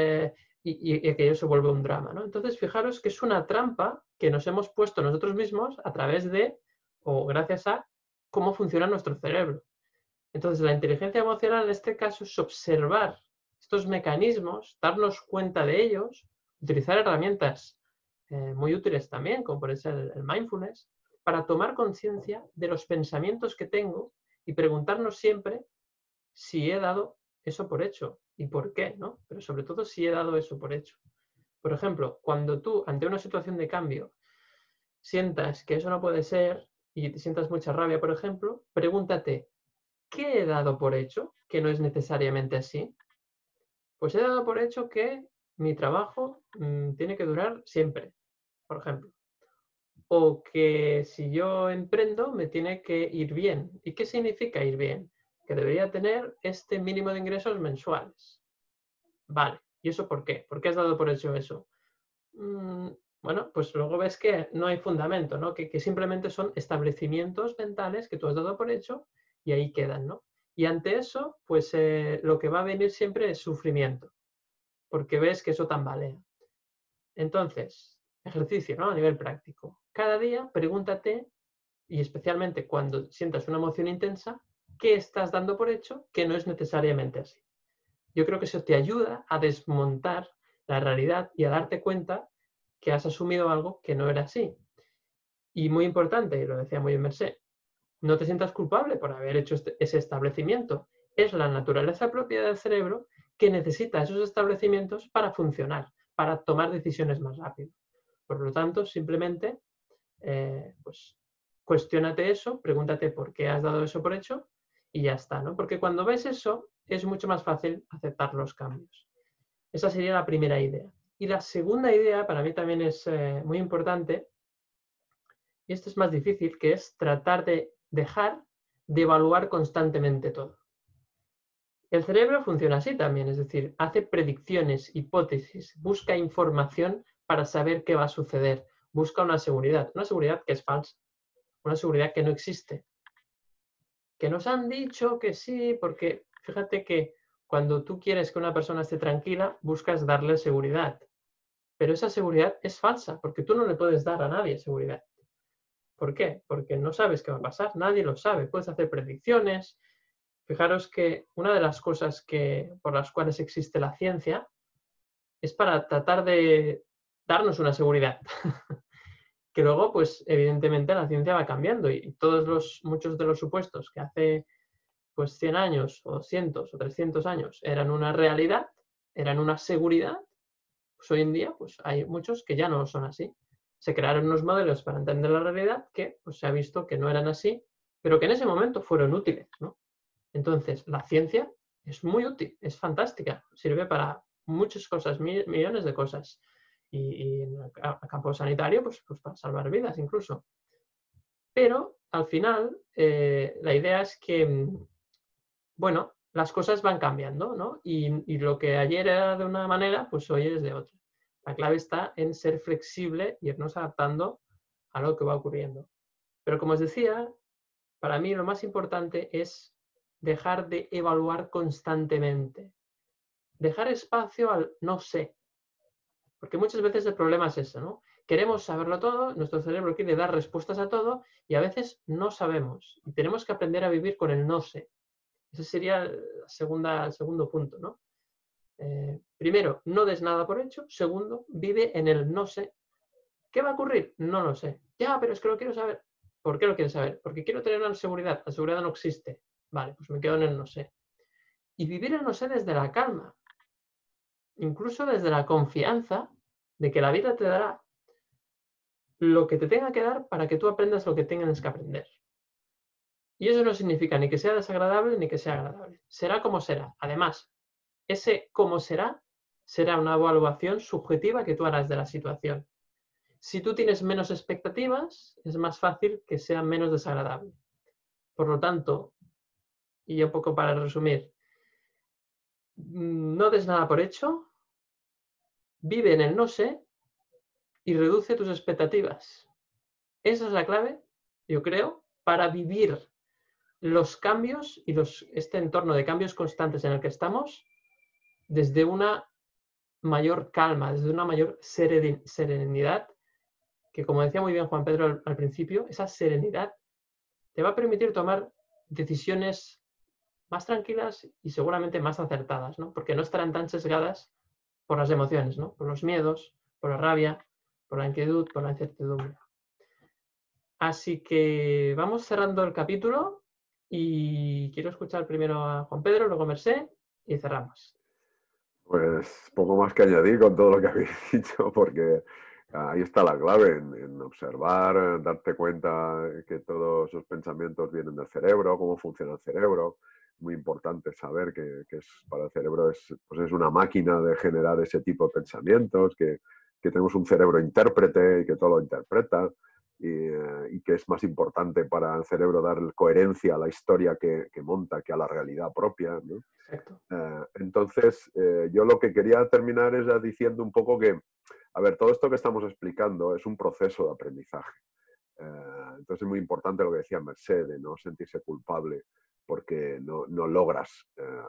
y aquello se vuelve un drama, ¿no? Entonces, fijaros que es una trampa que nos hemos puesto nosotros mismos a través de, o gracias a, cómo funciona nuestro cerebro. Entonces, la inteligencia emocional en este caso es observar estos mecanismos, darnos cuenta de ellos, utilizar herramientas muy útiles también, como por ejemplo el mindfulness, para tomar conciencia de los pensamientos que tengo y preguntarnos siempre si he dado eso por hecho y por qué, ¿no? Pero sobre todo si he dado eso por hecho. Por ejemplo, cuando tú, ante una situación de cambio, sientas que eso no puede ser y te sientas mucha rabia, por ejemplo, pregúntate, ¿qué he dado por hecho que no es necesariamente así? Pues he dado por hecho que mi trabajo tiene que durar siempre, por ejemplo. O que si yo emprendo me tiene que ir bien. ¿Y qué significa ir bien? Que debería tener este mínimo de ingresos mensuales. Vale, ¿y eso por qué? ¿Por qué has dado por hecho eso? Bueno, pues luego ves que no hay fundamento, ¿no? Que simplemente son establecimientos mentales que tú has dado por hecho y ahí quedan, ¿no? Y ante eso, pues lo que va a venir siempre es sufrimiento, porque ves que eso tambalea. Entonces, ejercicio, ¿no? A nivel práctico. Cada día pregúntate, y especialmente cuando sientas una emoción intensa, ¿qué estás dando por hecho que no es necesariamente así? Yo creo que eso te ayuda a desmontar la realidad y a darte cuenta que has asumido algo que no era así. Y muy importante, y lo decía muy bien Mercé, no te sientas culpable por haber hecho ese establecimiento. Es la naturaleza propia del cerebro que necesita esos establecimientos para funcionar, para tomar decisiones más rápido. Por lo tanto, simplemente, pues, cuestiónate eso, pregúntate por qué has dado eso por hecho y ya está, ¿no? Porque cuando ves eso, es mucho más fácil aceptar los cambios. Esa sería la primera idea. Y la segunda idea, para mí también es muy importante, y esto es más difícil, que es tratar de dejar de evaluar constantemente todo. El cerebro funciona así también, es decir, hace predicciones, hipótesis, busca información para saber qué va a suceder, busca una seguridad que es falsa, una seguridad que no existe. que nos han dicho que sí, porque fíjate que cuando tú quieres que una persona esté tranquila, buscas darle seguridad. Pero esa seguridad es falsa, porque tú no le puedes dar a nadie seguridad. ¿Por qué? Porque no sabes qué va a pasar, nadie lo sabe. Puedes hacer predicciones. Fijaros que una de las cosas por las cuales existe la ciencia es para tratar de darnos una seguridad. Que luego, pues, evidentemente, la ciencia va cambiando y muchos de los supuestos que hace pues 100 años o 200 o 300 años eran una realidad, eran una seguridad, pues hoy en día pues hay muchos que ya no son así. Se crearon unos modelos para entender la realidad que pues, se ha visto que no eran así, pero que en ese momento fueron útiles, ¿no? Entonces, la ciencia es muy útil, es fantástica, sirve para muchas cosas, millones de cosas. Y en el campo sanitario, pues para salvar vidas incluso. Pero al final, la idea es que, bueno, las cosas van cambiando, ¿no? Y lo que ayer era de una manera, pues hoy es de otra. La clave está en ser flexible y irnos adaptando a lo que va ocurriendo. Pero como os decía, para mí lo más importante es dejar de evaluar constantemente. Dejar espacio al no sé. Porque muchas veces el problema es eso, ¿no? Queremos saberlo todo, nuestro cerebro quiere dar respuestas a todo y a veces no sabemos. Y tenemos que aprender a vivir con el no sé. Ese sería el segundo punto, ¿no? Primero, no des nada por hecho. Segundo, vive en el no sé. ¿Qué va a ocurrir? No lo sé. Ya, pero es que lo quiero saber. ¿Por qué lo quieres saber? Porque quiero tener una seguridad. La seguridad no existe. Vale, pues me quedo en el no sé. Y vivir el no sé desde la calma. Incluso desde la confianza de que la vida te dará lo que te tenga que dar para que tú aprendas lo que tengas que aprender. Y eso no significa ni que sea desagradable ni que sea agradable. Será como será. Además, ese cómo será una evaluación subjetiva que tú harás de la situación. Si tú tienes menos expectativas, es más fácil que sea menos desagradable. Por lo tanto, y un poco para resumir, no des nada por hecho, vive en el no sé y reduce tus expectativas. Esa es la clave, yo creo, para vivir los cambios y este entorno de cambios constantes en el que estamos desde una mayor calma, desde una mayor serenidad, que como decía muy bien Juan Pedro al principio, esa serenidad te va a permitir tomar decisiones más tranquilas y seguramente más acertadas, ¿no? Porque no estarán tan sesgadas por las emociones, ¿no? Por los miedos, por la rabia, por la inquietud, por la incertidumbre. Así que vamos cerrando el capítulo y quiero escuchar primero a Juan Pedro, luego a Mercé y cerramos. Pues poco más que añadir con todo lo que habéis dicho, porque ahí está la clave, en observar, darte cuenta que todos esos pensamientos vienen del cerebro, cómo funciona el cerebro. Muy importante saber que para el cerebro pues es una máquina de generar ese tipo de pensamientos, que tenemos un cerebro intérprete y que todo lo interpreta. Y que es más importante para el cerebro dar coherencia a la historia que monta que a la realidad propia, ¿no? Exacto. Entonces, yo lo que quería terminar es diciendo un poco que, a ver, todo esto que estamos explicando es un proceso de aprendizaje. Entonces es muy importante lo que decía Mercé, de no sentirse culpable porque no logras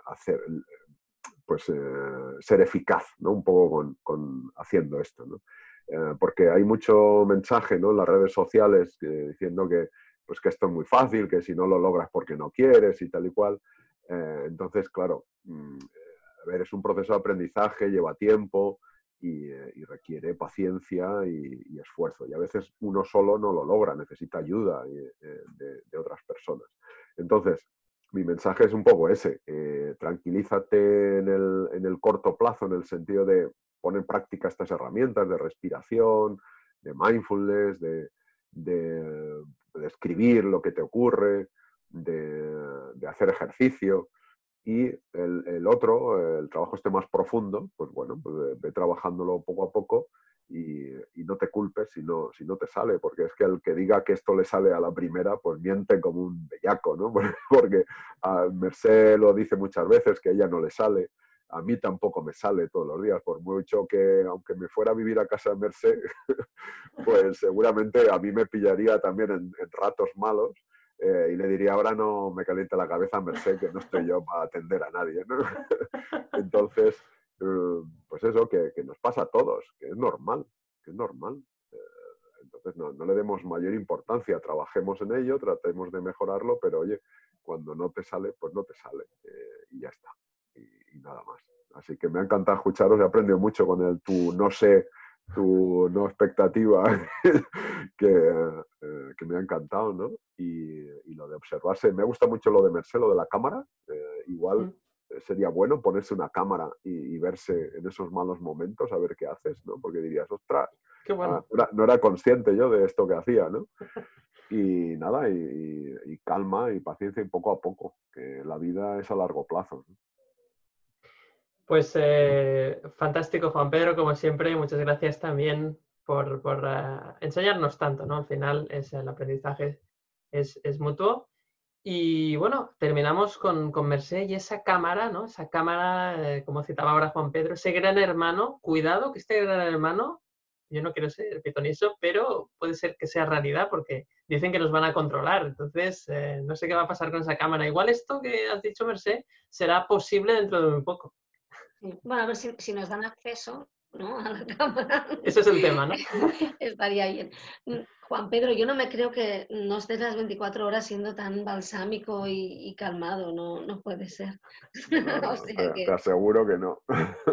ser eficaz, ¿no? Un poco haciendo esto, ¿no? Porque hay mucho mensaje, ¿no? En las redes sociales diciendo pues que esto es muy fácil, que si no lo logras porque no quieres y tal y cual. Entonces, claro, a ver, es un proceso de aprendizaje, lleva tiempo y requiere paciencia y esfuerzo. Y a veces uno solo no lo logra, necesita ayuda de otras personas. Entonces, mi mensaje es un poco ese. Tranquilízate en el corto plazo, en el sentido de poner en práctica estas herramientas de respiración, de mindfulness, de escribir lo que te ocurre, de hacer ejercicio. Y el trabajo más profundo, pues bueno, pues ve trabajándolo poco a poco y no te culpes si no te sale, porque es que el que diga que esto le sale a la primera, pues miente como un bellaco, ¿no? Porque a Mercé lo dice muchas veces que a ella no le sale, a mí tampoco me sale todos los días, por mucho que, aunque me fuera a vivir a casa de Mercé, pues seguramente a mí me pillaría también en ratos malos. y le diría, ahora no me caliente la cabeza, Mercè, que no estoy yo para atender a nadie, ¿no? Entonces, pues eso, que nos pasa a todos, que es normal, que es normal. Entonces, no le demos mayor importancia, trabajemos en ello, tratemos de mejorarlo, pero oye, cuando no te sale, pues no te sale, y ya está, y nada más. Así que me ha encantado escucharos, he aprendido mucho con el tu no sé, tu no expectativa, que me ha encantado, ¿no? Y lo de observarse, me gusta mucho lo de Mercè, lo de la cámara, igual sería bueno ponerse una cámara y verse en esos malos momentos a ver qué haces, ¿no? Porque dirías, ostras, Qué bueno. no era consciente yo de esto que hacía, ¿no? Y nada, y calma y paciencia y poco a poco, que la vida es a largo plazo, ¿no? Pues fantástico, Juan Pedro, como siempre. Muchas gracias también por enseñarnos tanto, ¿no? Al final el aprendizaje es mutuo. Y bueno, terminamos con Mercè y esa cámara, ¿no? Esa cámara, como citaba ahora Juan Pedro, ese gran hermano. Cuidado que este gran hermano, yo no quiero ser pitoniso, pero puede ser que sea realidad porque dicen que nos van a controlar. Entonces, no sé qué va a pasar con esa cámara. Igual esto que has dicho, Mercè, será posible dentro de muy poco. Sí. Bueno, a ver si nos dan acceso, ¿no?, a la cámara. Ese es el tema, ¿no? Estaría bien. Juan Pedro, yo no me creo que no estés las 24 horas siendo tan balsámico y calmado, no puede ser. No, O sea te que, aseguro que no.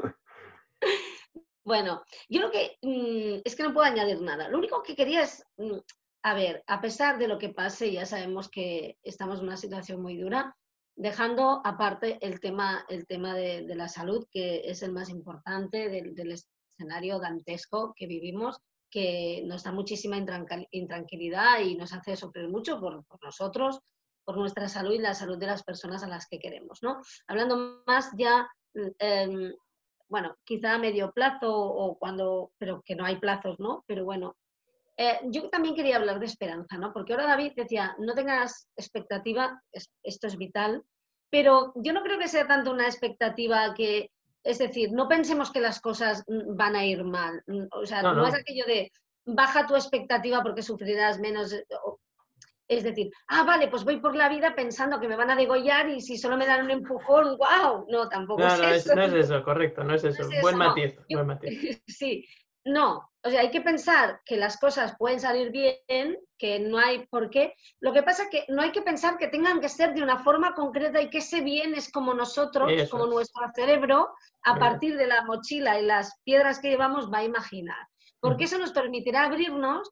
bueno, yo lo que es que no puedo añadir nada. Lo único que quería es, a ver, a pesar de lo que pase, ya sabemos que estamos en una situación muy dura, dejando aparte el tema de la salud, que es el más importante del escenario dantesco que vivimos, que nos da muchísima intranquilidad y nos hace sufrir mucho por nosotros, por nuestra salud y la salud de las personas a las que queremos, ¿no? Hablando más ya, bueno, quizá a medio plazo o cuando, pero que no hay plazos, ¿no? Pero bueno, yo también quería hablar de esperanza, ¿no? Porque ahora David decía, no tengas expectativa, esto es vital, pero yo no creo que sea tanto una expectativa que, es decir, no pensemos que las cosas van a ir mal. O sea, No, no es no. aquello de baja tu expectativa porque sufrirás menos. Es decir, vale, pues voy por la vida pensando que me van a degollar y si solo me dan un empujón, ¡wow! No, tampoco No, es eso. no es eso, correcto, no es No eso. es Buen eso, no. matiz, Yo, buen matiz. sí, no. O sea, hay que pensar que las cosas pueden salir bien, que no hay por qué. Lo que pasa es que no hay que pensar que tengan que ser de una forma concreta y que ese bien es como nosotros, Eso como es, nuestro cerebro, a ¿verdad? partir de la mochila y las piedras que llevamos, va a imaginar. Porque eso nos permitirá abrirnos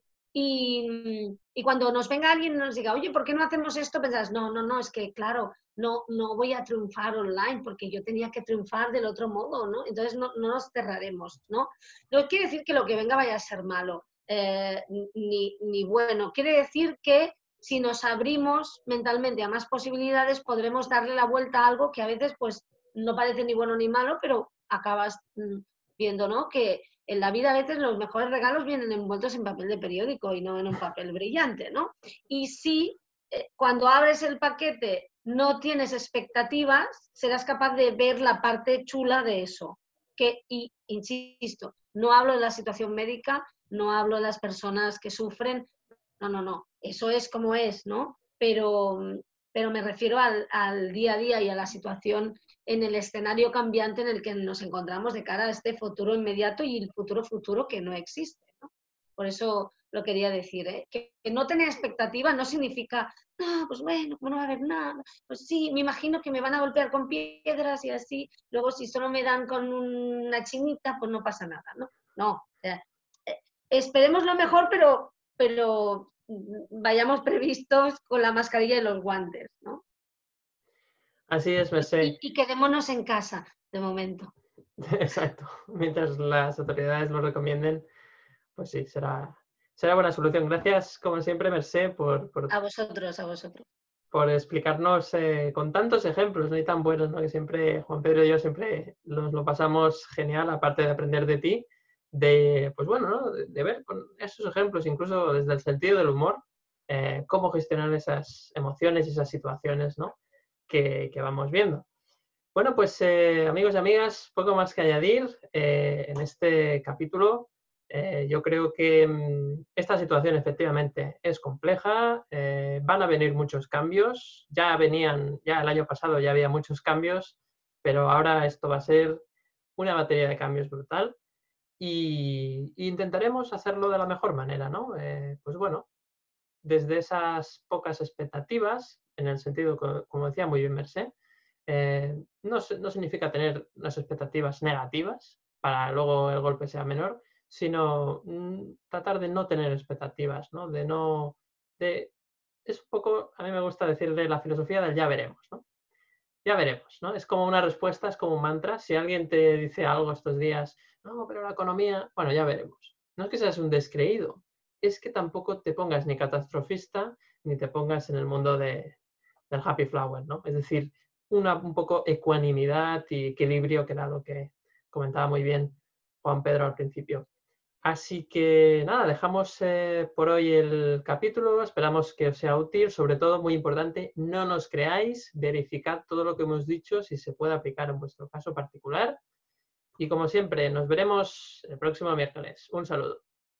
y cuando nos venga alguien y nos diga, oye, ¿por qué no hacemos esto? Pensás, no, es que claro, no voy a triunfar online porque yo tenía que triunfar del otro modo, ¿no? Entonces no nos cerraremos, ¿no? No quiere decir que lo que venga vaya a ser malo, ni bueno. Quiere decir que si nos abrimos mentalmente a más posibilidades, podremos darle la vuelta a algo que a veces pues no parece ni bueno ni malo, pero acabas viendo, ¿no? Que en la vida a veces los mejores regalos vienen envueltos en papel de periódico y no en un papel brillante, ¿no? Y si cuando abres el paquete no tienes expectativas, serás capaz de ver la parte chula de eso. Y insisto, no hablo de la situación médica, no hablo de las personas que sufren, no, eso es como es, ¿no? Pero me refiero al día a día y a la situación en el escenario cambiante en el que nos encontramos de cara a este futuro inmediato y el futuro que no existe, ¿no? Por eso lo quería decir, ¿eh? Que no tener expectativa no significa, pues bueno, como no va a haber nada, pues sí, me imagino que me van a golpear con piedras y así, luego si solo me dan con una chinita, pues no pasa nada, ¿no? No, o sea, esperemos lo mejor, pero vayamos previstos con la mascarilla y los guantes, ¿no? Así es, Mercè. Y quedémonos en casa, de momento. Exacto. Mientras las autoridades lo recomienden, pues sí, será buena solución. Gracias, como siempre, Mercè, A vosotros. por explicarnos con tantos ejemplos, ¿no? Y tan buenos, ¿no? Que siempre, Juan Pedro y yo siempre nos lo pasamos genial, aparte de aprender de ti, pues bueno, ¿no? De ver con esos ejemplos, incluso desde el sentido del humor, cómo gestionar esas emociones y esas situaciones, ¿no? Que vamos viendo. Bueno, pues amigos y amigas, poco más que añadir en este capítulo. Yo creo que esta situación efectivamente es compleja, van a venir muchos cambios, ya el año pasado ya había muchos cambios, pero ahora esto va a ser una batería de cambios brutal y intentaremos hacerlo de la mejor manera, ¿no? Pues bueno, desde esas pocas expectativas, en el sentido, como decía muy bien Mercé, no significa tener unas expectativas negativas para luego el golpe sea menor, sino tratar de no tener expectativas, ¿no? Es un poco, a mí me gusta decirle la filosofía del ya veremos, ¿no? Ya veremos, ¿no? Es como una respuesta, es como un mantra. Si alguien te dice algo estos días, no, pero la economía, bueno, ya veremos. No es que seas un descreído, es que tampoco te pongas ni catastrofista ni te pongas en el mundo del happy flower, ¿no? Es decir, un poco ecuanimidad y equilibrio, que era lo que comentaba muy bien Juan Pedro al principio. Así que nada, dejamos por hoy el capítulo, esperamos que os sea útil, sobre todo, muy importante, no nos creáis, verificad todo lo que hemos dicho, si se puede aplicar en vuestro caso particular. Y como siempre, nos veremos el próximo miércoles. Un saludo.